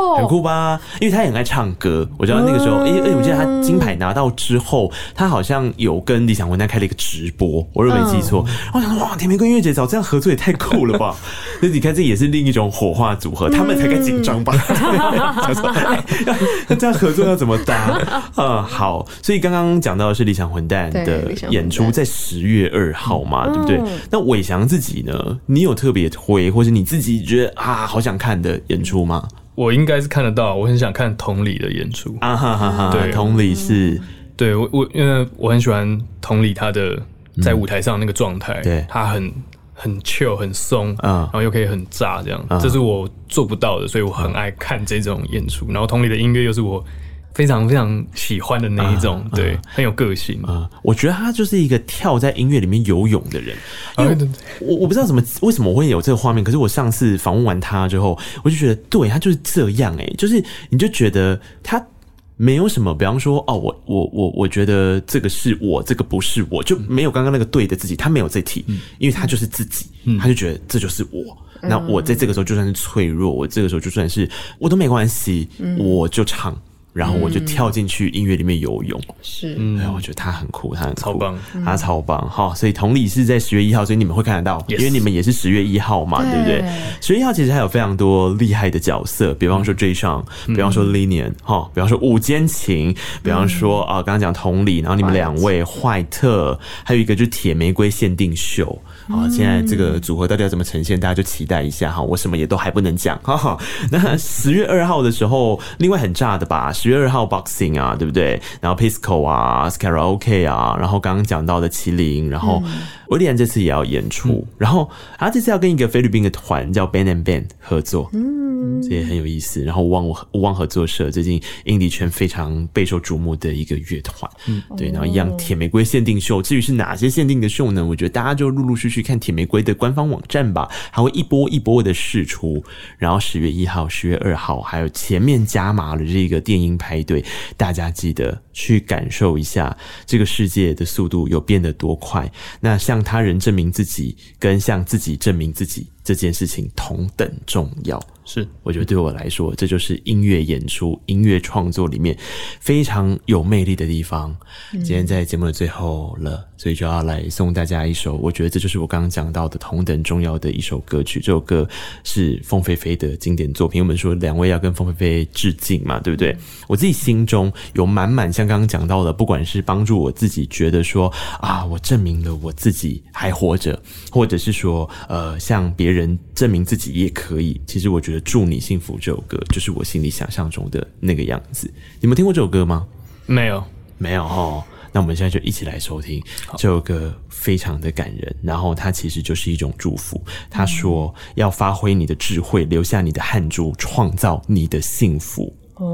很酷吧？因为他也很爱唱歌，我知道那个时候，我记得他金牌拿到之后，他好像有跟理想混蛋开了一个直播，我如果没记错。我想说，哇，甜玫瑰音乐节找这样合作也太酷了吧！那你看，这也是另一种火花组合，他们才该紧张吧？这样合作要怎么搭？好，所以刚刚讲到的是理想混蛋的演出在10月2号嘛，对不对？那伟翔自己呢？你有特别推，或者你自己觉得好想看的演出吗？ 我应该是看得到，我很想看同理的演出啊哈哈哈！对，同理是， 对我因为我很喜欢同理他的在舞台上那个状态，对，他很 chill 很松，然后又可以很炸，这样，这是我做不到的，所以我很爱看这种演出。然后同理的音乐又是我非常非常喜欢的那一种，对，很有个性。 我觉得他就是一个跳在音乐里面游泳的人。因为我不知道为什么我会有这个画面，可是我上次访问完他之后，我就觉得对他就是这样就是你就觉得他没有什么，比方说我觉得这个是我，这个不是我，就没有刚刚那个对的自己，他没有这题，因为他就是自己，他就觉得这就是我。那我在这个时候就算是脆弱，我这个时候就算是我都没关系，我就唱。然后我就跳进去音乐里面游泳， 是， 我觉得他很酷，他很酷， 超棒， 他超棒哈！所以同理是在10月1号，所以你们会看得到，因为你们也是10月1号嘛，对不对？10月1号其实还有非常多厉害的角色，比方说 J 上，比方说 Linian 哈，比方说午间情，比方说刚刚讲同理，然后你们两位坏特，还有一个就是铁玫瑰限定秀。现在这个组合到底要怎么呈现，大家就期待一下哈。我什么也都还不能讲哈。那10月2号的时候，另外很炸的吧？10月2号 Boxing 啊，对不对？然后 Pisco 啊 ，Karaoke 啊，然后刚刚讲到的麒麟，然后威廉这次也要演出，然后他这次要跟一个菲律宾的团叫 Ben and Ben 合作，这也很有意思。然后无望合作社最近印迪圈非常备受瞩目的一个乐团，对，然后一样铁玫瑰限定秀。至于是哪些限定的秀呢？我觉得大家就陆陆续续看铁玫瑰的官方网站吧，还会一波一波的释出。然后10月1号、10月2号，还有前面加码的这个电音派对，大家记得去感受一下这个世界的速度有变得多快。那向他人证明自己，跟向自己证明自己这件事情同等重要。 是， 我觉得对我来说，这就是音乐演出、音乐创作里面非常有魅力的地方。今天在节目的最后了，所以就要来送大家一首，我觉得这就是我刚刚讲到的同等重要的一首歌曲。这首歌是凤飞飞的经典作品，我们说两位要跟凤飞飞致敬嘛，对不对？我自己心中有满满像刚刚讲到的，不管是帮助我自己觉得说我证明了我自己还活着，或者是说向别人证明自己也可以。其实我觉得祝你幸福这首歌就是我心里想象中的那个样子。你们听过这首歌吗？ 没有那我们现在就一起来收听这首歌，非常的感人，然后它其实就是一种祝福。他说要发挥你的智慧，留下你的汗珠，创造你的幸福。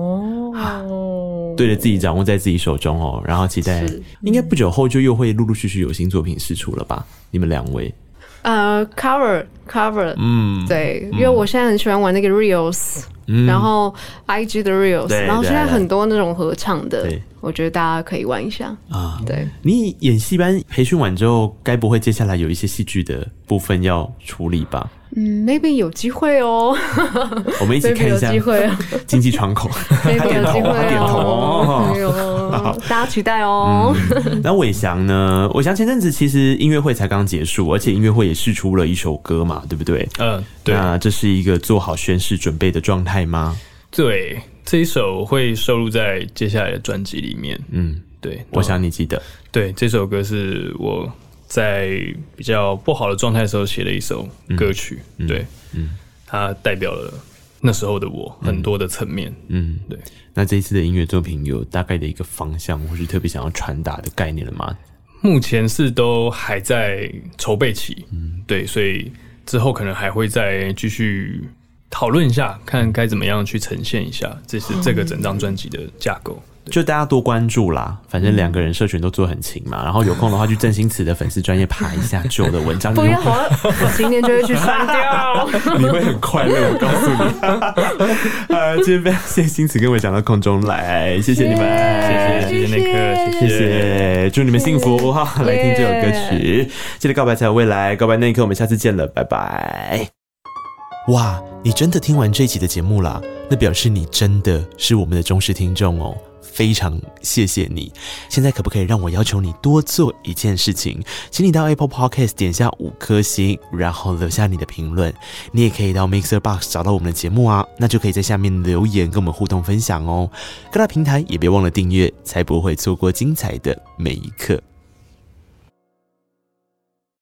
对着自己掌握在自己手中然后期待应该不久后就又会陆陆续续有新作品释出了吧？你们两位 cover， 对，因为我现在很喜欢玩那个 reels，然后 IG 的 reels，然后现在很多那种合唱的，我觉得大家可以玩一下对， 你演戏班培训完之后，该不会接下来有一些戏剧的部分要处理吧 ？maybe 有机会哦。 我们一起看一下经济窗口。 maybe 有机会他点头大家期待哦。 那伟翔呢？伟翔前阵子其实音乐会才刚结束，而且音乐会也释出了一首歌嘛，对不对？ 对。 那这是一个做好宣誓准备的状态吗？ 对，这一首会收录在接下来的专辑里面。对， 我想你记得。 对，这首歌是我在比较不好的状态的时候写的一首歌曲。对，它代表了那时候的我很多的层面。对。 那这一次的音乐作品有大概的一个方向，或是特别想要传达的概念了吗？ 目前是都还在筹备期。对，所以之后可能还会再继续讨论一下，看该怎么样去呈现一下这个整张专辑的架构。 就大家多关注啦，反正两个人社群都做很勤嘛，然后有空的话去郑兴慈的粉丝专页爬一下旧的文章。 不要，我今天就会去删掉。 你会很快乐，我告诉你。今天非常谢谢兴慈跟我讲到空中来，谢谢你们， 谢谢那刻，谢谢，祝你们幸福哈！来听这首歌曲，记得告白才有未来，告白那一刻，我们下次见了，拜拜。 哇，你真的听完这一集的节目啦，那表示你真的是我们的忠实听众哦，非常谢谢你。现在可不可以让我要求你多做一件事情，请你到 Apple Podcast 点下5颗星，然后留下你的评论。你也可以到 Mixer Box 找到我们的节目啊，那就可以在下面留言跟我们互动分享哦。各大平台也别忘了订阅，才不会错过精彩的每一刻。